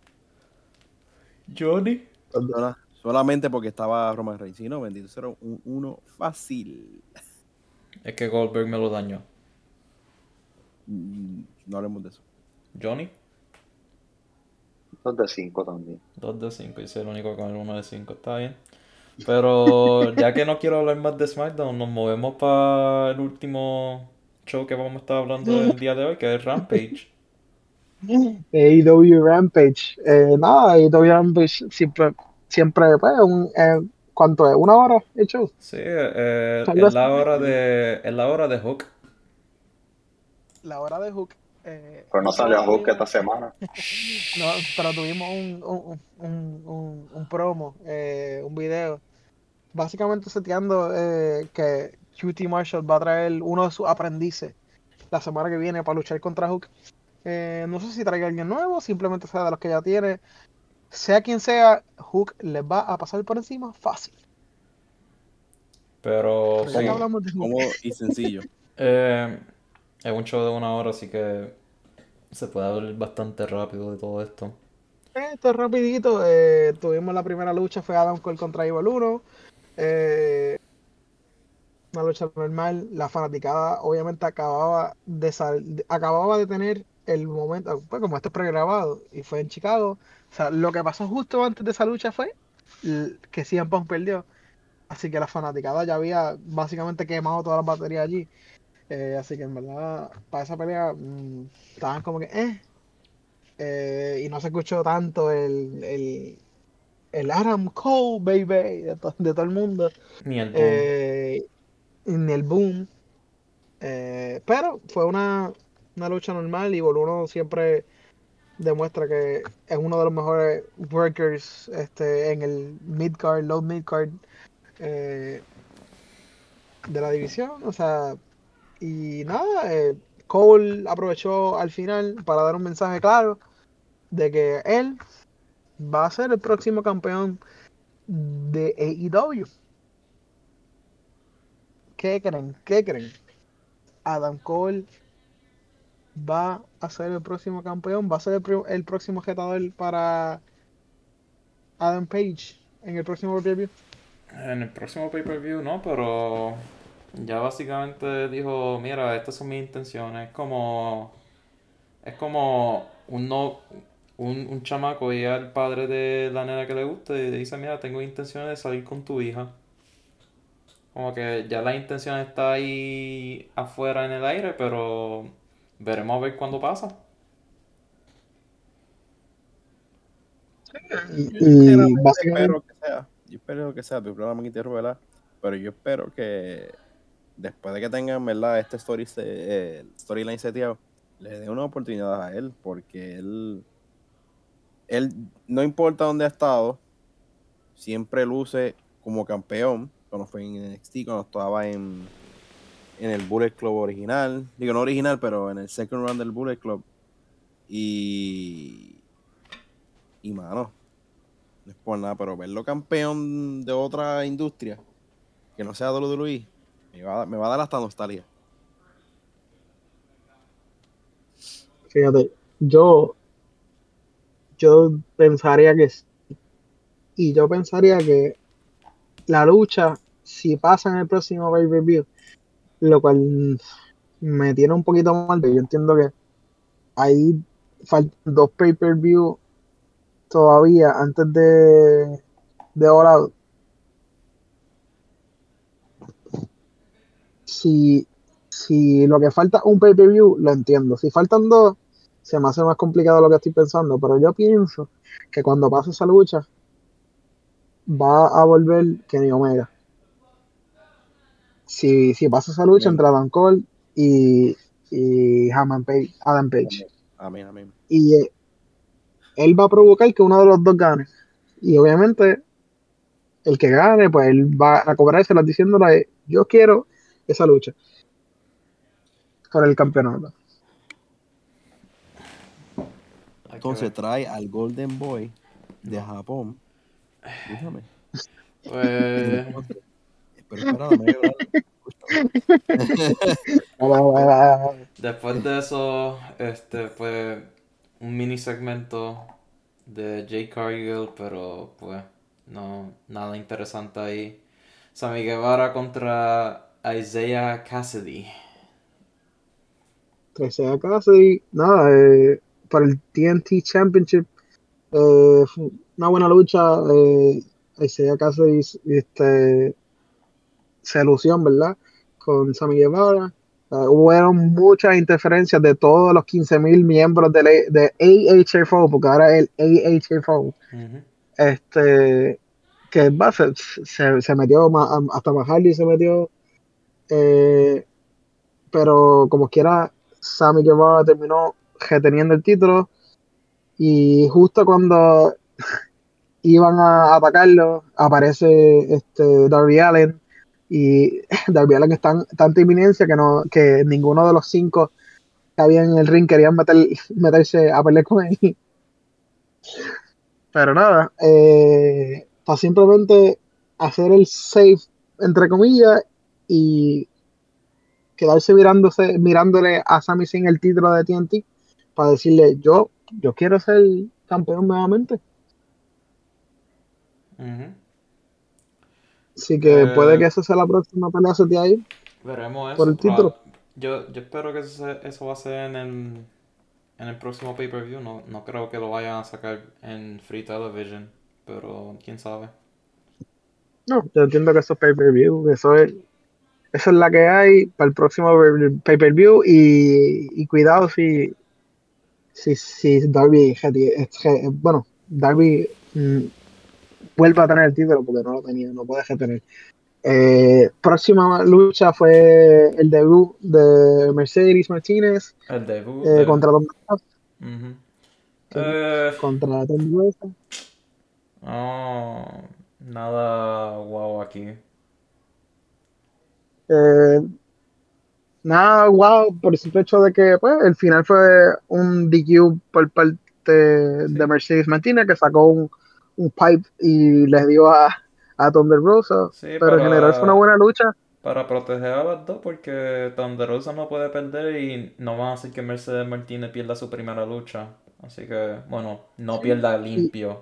C: Johnny.
A: Solamente porque estaba Roman Reigns. Si no, bendito sea un 1 fácil.
C: Es que Goldberg me lo dañó.
A: No hablemos de eso.
C: Johnny.
D: 2 de 5 también.
C: 2 de 5. Y soy el único con el 1 de 5. Está bien. Pero ya que no quiero hablar más de SmackDown, nos movemos para el último show que vamos a estar hablando el día de hoy, que es Rampage.
B: AEW Rampage. Nada, AEW Rampage siempre pues, ¿cuánto es? ¿1 hora el show?
C: Sí,
B: Algo así.
C: es la hora de Hook.
B: La hora de Hook.
D: Pero no
B: El
D: salió
B: show
D: a Hulk
B: tuvimos,
D: esta semana.
B: no, pero tuvimos un promo, un video, básicamente seteando que QT Marshall va a traer uno de sus aprendices la semana que viene para luchar contra Hook. No sé si traiga alguien nuevo, simplemente sea de los que ya tiene. Sea quien sea, Hook les va a pasar por encima fácil.
C: Pero
B: Pero ya que
C: sí,
B: hablamos de Hook,
A: Cómodo y sencillo.
C: eh, es un show de 1 hora, así que se puede hablar bastante rápido de todo esto.
B: esto es rapidito. Tuvimos la primera lucha, fue Adam Cole contra Evil 1. Una lucha normal. La fanaticada obviamente acababa de tener el momento, pues como esto es pregrabado y fue en Chicago. O sea, lo que pasó justo antes de esa lucha fue que CM Punk perdió. Así que la fanaticada ya había básicamente quemado todas las baterías allí. Así que en verdad, para esa pelea estaban como que y no se escuchó tanto el Adam Cole, baby, de todo el mundo.
C: Ni el boom.
B: Ni el boom. Pero fue una lucha normal y Boluno siempre demuestra que es uno de los mejores workers en el mid-card, low mid-card eh, de la división. O sea, y nada, Cole aprovechó al final para dar un mensaje claro de que él va a ser el próximo campeón de AEW. ¿Qué creen? ¿Qué creen? Adam Cole va a ser el próximo campeón, va a ser el próximo retador para Adam Page en el próximo pay-per-view.
C: En el próximo pay-per-view no, pero ya básicamente dijo, mira, estas son mis intenciones. Es como un no, un chamaco y al padre de la nena que le gusta y le dice, mira, tengo intenciones de salir con tu hija. Como que ya la intención está ahí afuera en el aire, pero veremos a ver cuándo pasa.
A: Yo
B: Y
A: sinceramente
B: básicamente,
A: espero que sea. Yo espero que sea. Tu programa me interrumpe, ¿verdad? Pero yo espero que después de que tengan, ¿verdad? Este storyline seteado, le dé una oportunidad a él. Porque él no importa dónde ha estado, siempre luce como campeón. Cuando fue en NXT, cuando estaba en el Bullet Club original. Digo, no original, pero en el second round del Bullet Club. Y mano, no es por nada, pero verlo campeón de otra industria, que no sea WWE, me va a dar hasta nostalgia.
B: Fíjate, yo pensaría que sí. Y yo pensaría que la lucha, si pasa en el próximo pay-per-view, lo cual me tiene un poquito mal, porque yo entiendo que ahí faltan 2 pay-per-view todavía antes de All Out. Si, si lo que falta es un pay-per-view, lo entiendo. Si faltan 2, se me hace más complicado lo que estoy pensando, pero yo pienso que cuando pase esa lucha, va a volver Kenny Omega. Si pasa esa lucha
A: Amén.
B: entre Adam Cole y Adam Page.
A: Amén, amén.
B: Y él va a provocar que uno de los dos gane. Y obviamente, el que gane, pues él va a cobrárselas diciéndole, yo quiero esa lucha por el campeonato.
A: Entonces trae al Golden Boy de Japón. Escúchame.
C: Pues
A: Entonces, pero espera, dame hablar.
C: después de eso, fue un mini segmento de Jay Cargill, pero pues no, nada interesante ahí. Sammy Guevara contra Isaiah Cassidy.
B: Tercera casa y nada, para el TNT Championship, fue una buena lucha. Isaiah Cassidy se lució, ¿verdad? Con Sammy Guevara. Hubo muchas interferencias de todos los 15,000 miembros de AHFO, porque ahora es el AHFO,
C: Ujú.
B: que se metió hasta Hardy se metió, pero como quiera, Sammy Guevara terminó reteniendo el título y justo cuando iban a atacarlo, aparece Darby Allin y Darby Allin está en tanta inminencia que ninguno de los 5 que había en el ring querían meterse a pelear con él. Pero nada, para simplemente hacer el save, entre comillas, y quedarse mirándole a Sami Zayn el título de TNT para decirle, yo quiero ser campeón nuevamente.
C: Ujú.
B: Así que puede que
C: Eh,
B: esa sea la próxima pelea de ahí
C: Veremos
B: por
C: eso.
B: el título.
C: Yo espero que eso va a ser en el próximo pay-per-view. No, no creo que lo vayan a sacar en Free Television, pero quién sabe.
B: No, yo entiendo que eso es pay-per-view, eso es la que hay para el próximo pay-per-view y cuidado si Darby, bueno, Darby vuelve a tener el título porque no lo tenía, no puede retener. Próxima lucha fue el debut de Mercedes Martínez
C: El debut de...
B: contra Tom Rosa,
C: Ujú.
B: sí,
C: Eh,
B: contra Tom Rosa.
C: no, nada guau aquí.
B: Eh, Nada, wow, por el simple hecho de que pues, el final fue un DQ por parte de
C: Sí,
B: Mercedes Martínez, que sacó un pipe y le dio a Thunder Rosa,
C: sí,
B: pero en general fue una buena lucha.
C: para proteger a las dos, porque Thunder Rosa no puede perder y no van a hacer que Mercedes Martínez pierda su primera lucha. Así que, bueno, no
B: Sí.
C: pierda
B: Y,
C: limpio.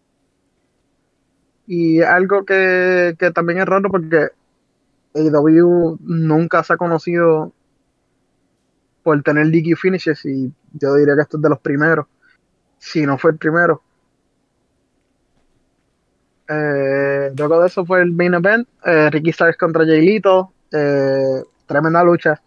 B: y algo que también es raro porque AEW nunca se ha conocido por tener DQ finishes y yo diría que esto es de los primeros, si no fue el primero. Luego de eso fue el main event, Ricky Starks contra Jay Lito, tremenda lucha.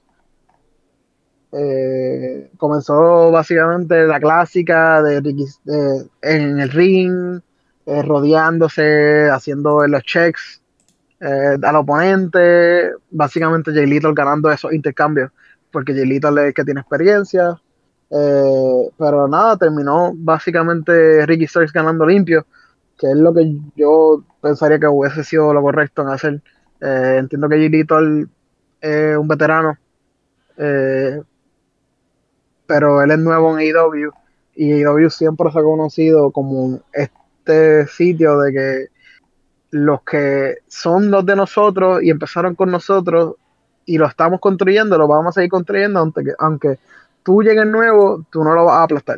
B: Comenzó básicamente la clásica de Ricky en el ring, rodeándose, haciendo los checks al oponente, básicamente Jay Lito ganando esos intercambios, porque Jay Lito es el que tiene experiencia, pero nada, terminó básicamente Ricky Starks ganando limpio, que es lo que yo pensaría que hubiese sido lo correcto en hacer. Entiendo que Jay Lito un veterano, eh, pero él es nuevo en AEW y AEW siempre se ha conocido como este sitio de que los que son los de nosotros y empezaron con nosotros y lo estamos construyendo, lo vamos a seguir construyendo, aunque tú llegues nuevo, tú no lo vas a aplastar.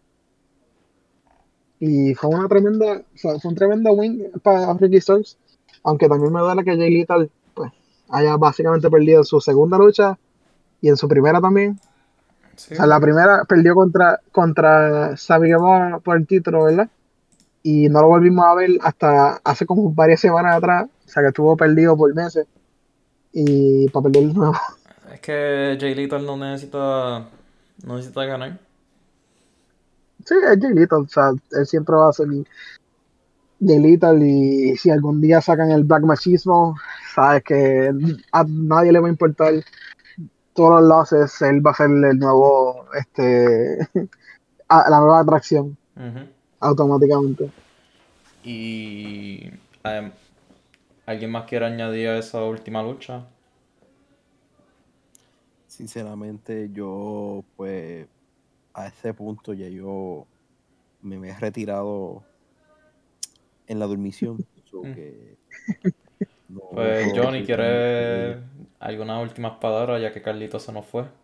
B: Y fue una tremenda, o sea, fue un tremendo win para Ricky Starks, aunque también me duele que Jay Lethal pues, haya básicamente perdido en su segunda lucha y en su primera también. O
C: Sí,
B: sea, la primera perdió contra Sammy Guevara por el título, ¿verdad? Y no lo volvimos a ver hasta hace como varias semanas atrás, o sea, que estuvo perdido por meses y para perder de nuevo.
C: es que Jay Lethal no necesita ganar.
B: Sí, es Jay Lethal, o sea, él siempre va a ser Jay Lethal y si algún día sacan el Black Machismo, sabes que a nadie le va a importar todos los losses, él va a ser el nuevo, la nueva atracción
C: Ujú.
B: automáticamente.
C: Y em, ¿alguien más quiere añadir a esa última lucha?
A: Sinceramente, yo, pues, a ese punto ya yo me he retirado en la dormición. So
C: Mm.
A: que no
C: Pues
A: puedo
C: Johnny,
A: decir mucho de
C: ¿quiere
A: ello.
C: algunas últimas palabras ya que Carlito se nos fue?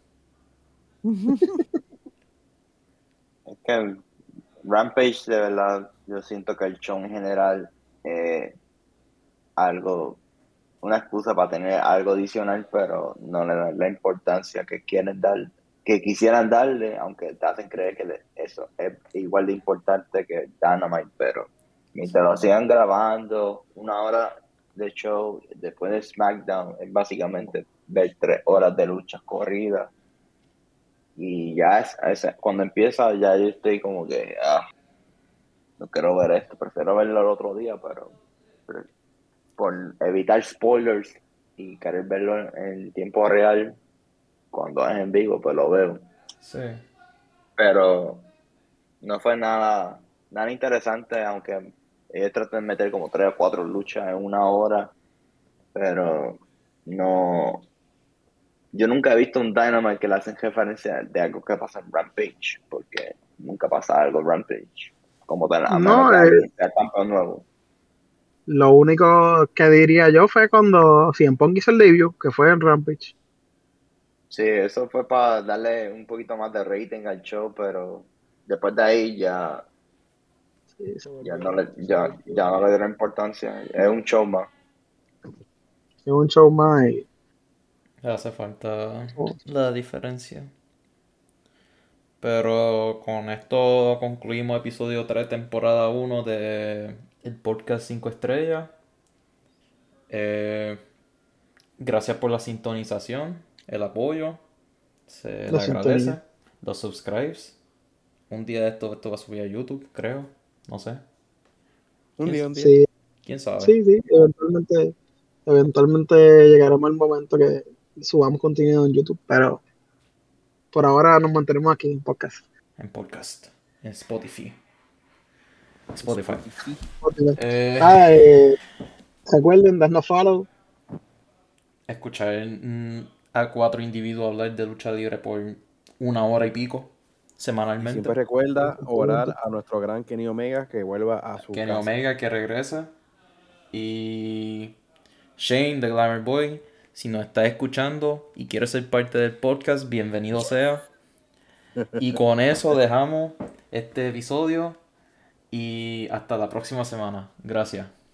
D: Es que Rampage, de verdad, yo siento que el show en general algo, una excusa para tener algo adicional, pero no le dan la importancia que quieren dar, que quisieran darle, aunque te hacen creer que eso es igual de importante que Dynamite, pero mientras lo sigan grabando, 1 hora de show después de SmackDown es básicamente ver 3 horas de luchas corridas. Y ya cuando empieza, ya yo estoy como que, no quiero ver esto, prefiero verlo el otro día, pero por evitar spoilers y querer verlo en tiempo real, cuando es en vivo, pues lo veo.
C: Sí.
D: Pero no fue nada interesante, aunque ellos tratan de meter como 3 o 4 luchas en 1 hora, pero no. Yo nunca he visto un Dynamite que le hacen referencia de algo que pasa en Rampage, porque nunca pasa algo en Rampage, como tal, a menos
B: No,
D: que alguien sea campeón nuevo.
B: lo único que diría yo fue cuando CM Punk hizo el debut, que fue en Rampage.
D: Sí, eso fue para darle un poquito más de rating al show, pero después de ahí
B: Sí,
D: ya no le dieron importancia. Es un show más.
B: es un show más.
C: Le hace falta
B: Oh,
C: la diferencia. Pero con esto concluimos episodio 3 temporada 1 de el podcast 5 estrellas. Eh, gracias por la sintonización, el apoyo, se le
B: la sintonía.
C: agradece, los subscribes. Un día de esto va a subir a YouTube, creo, no sé.
A: Un
C: ¿Quién,
A: día, un día.
B: Sí,
C: quién sabe?
B: sí, eventualmente llegaremos al momento que subamos contenido en YouTube, pero por ahora nos mantenemos aquí en podcast.
C: En podcast, en Spotify. Spotify.
A: Spotify.
C: Eh,
B: Ah, recuerden, darnos follow.
C: escuchar a 4 individuos hablar de lucha libre por 1 hora y pico
A: Y
C: semanalmente.
A: siempre recuerda orar a nuestro gran Kenny Omega que vuelva a su
C: Kenny
A: casa.
C: Omega que regresa. Y Shane, The Glamour Boy, si nos está escuchando y quiere ser parte del podcast, bienvenido sea. Y con eso dejamos este episodio y hasta la próxima semana. Gracias.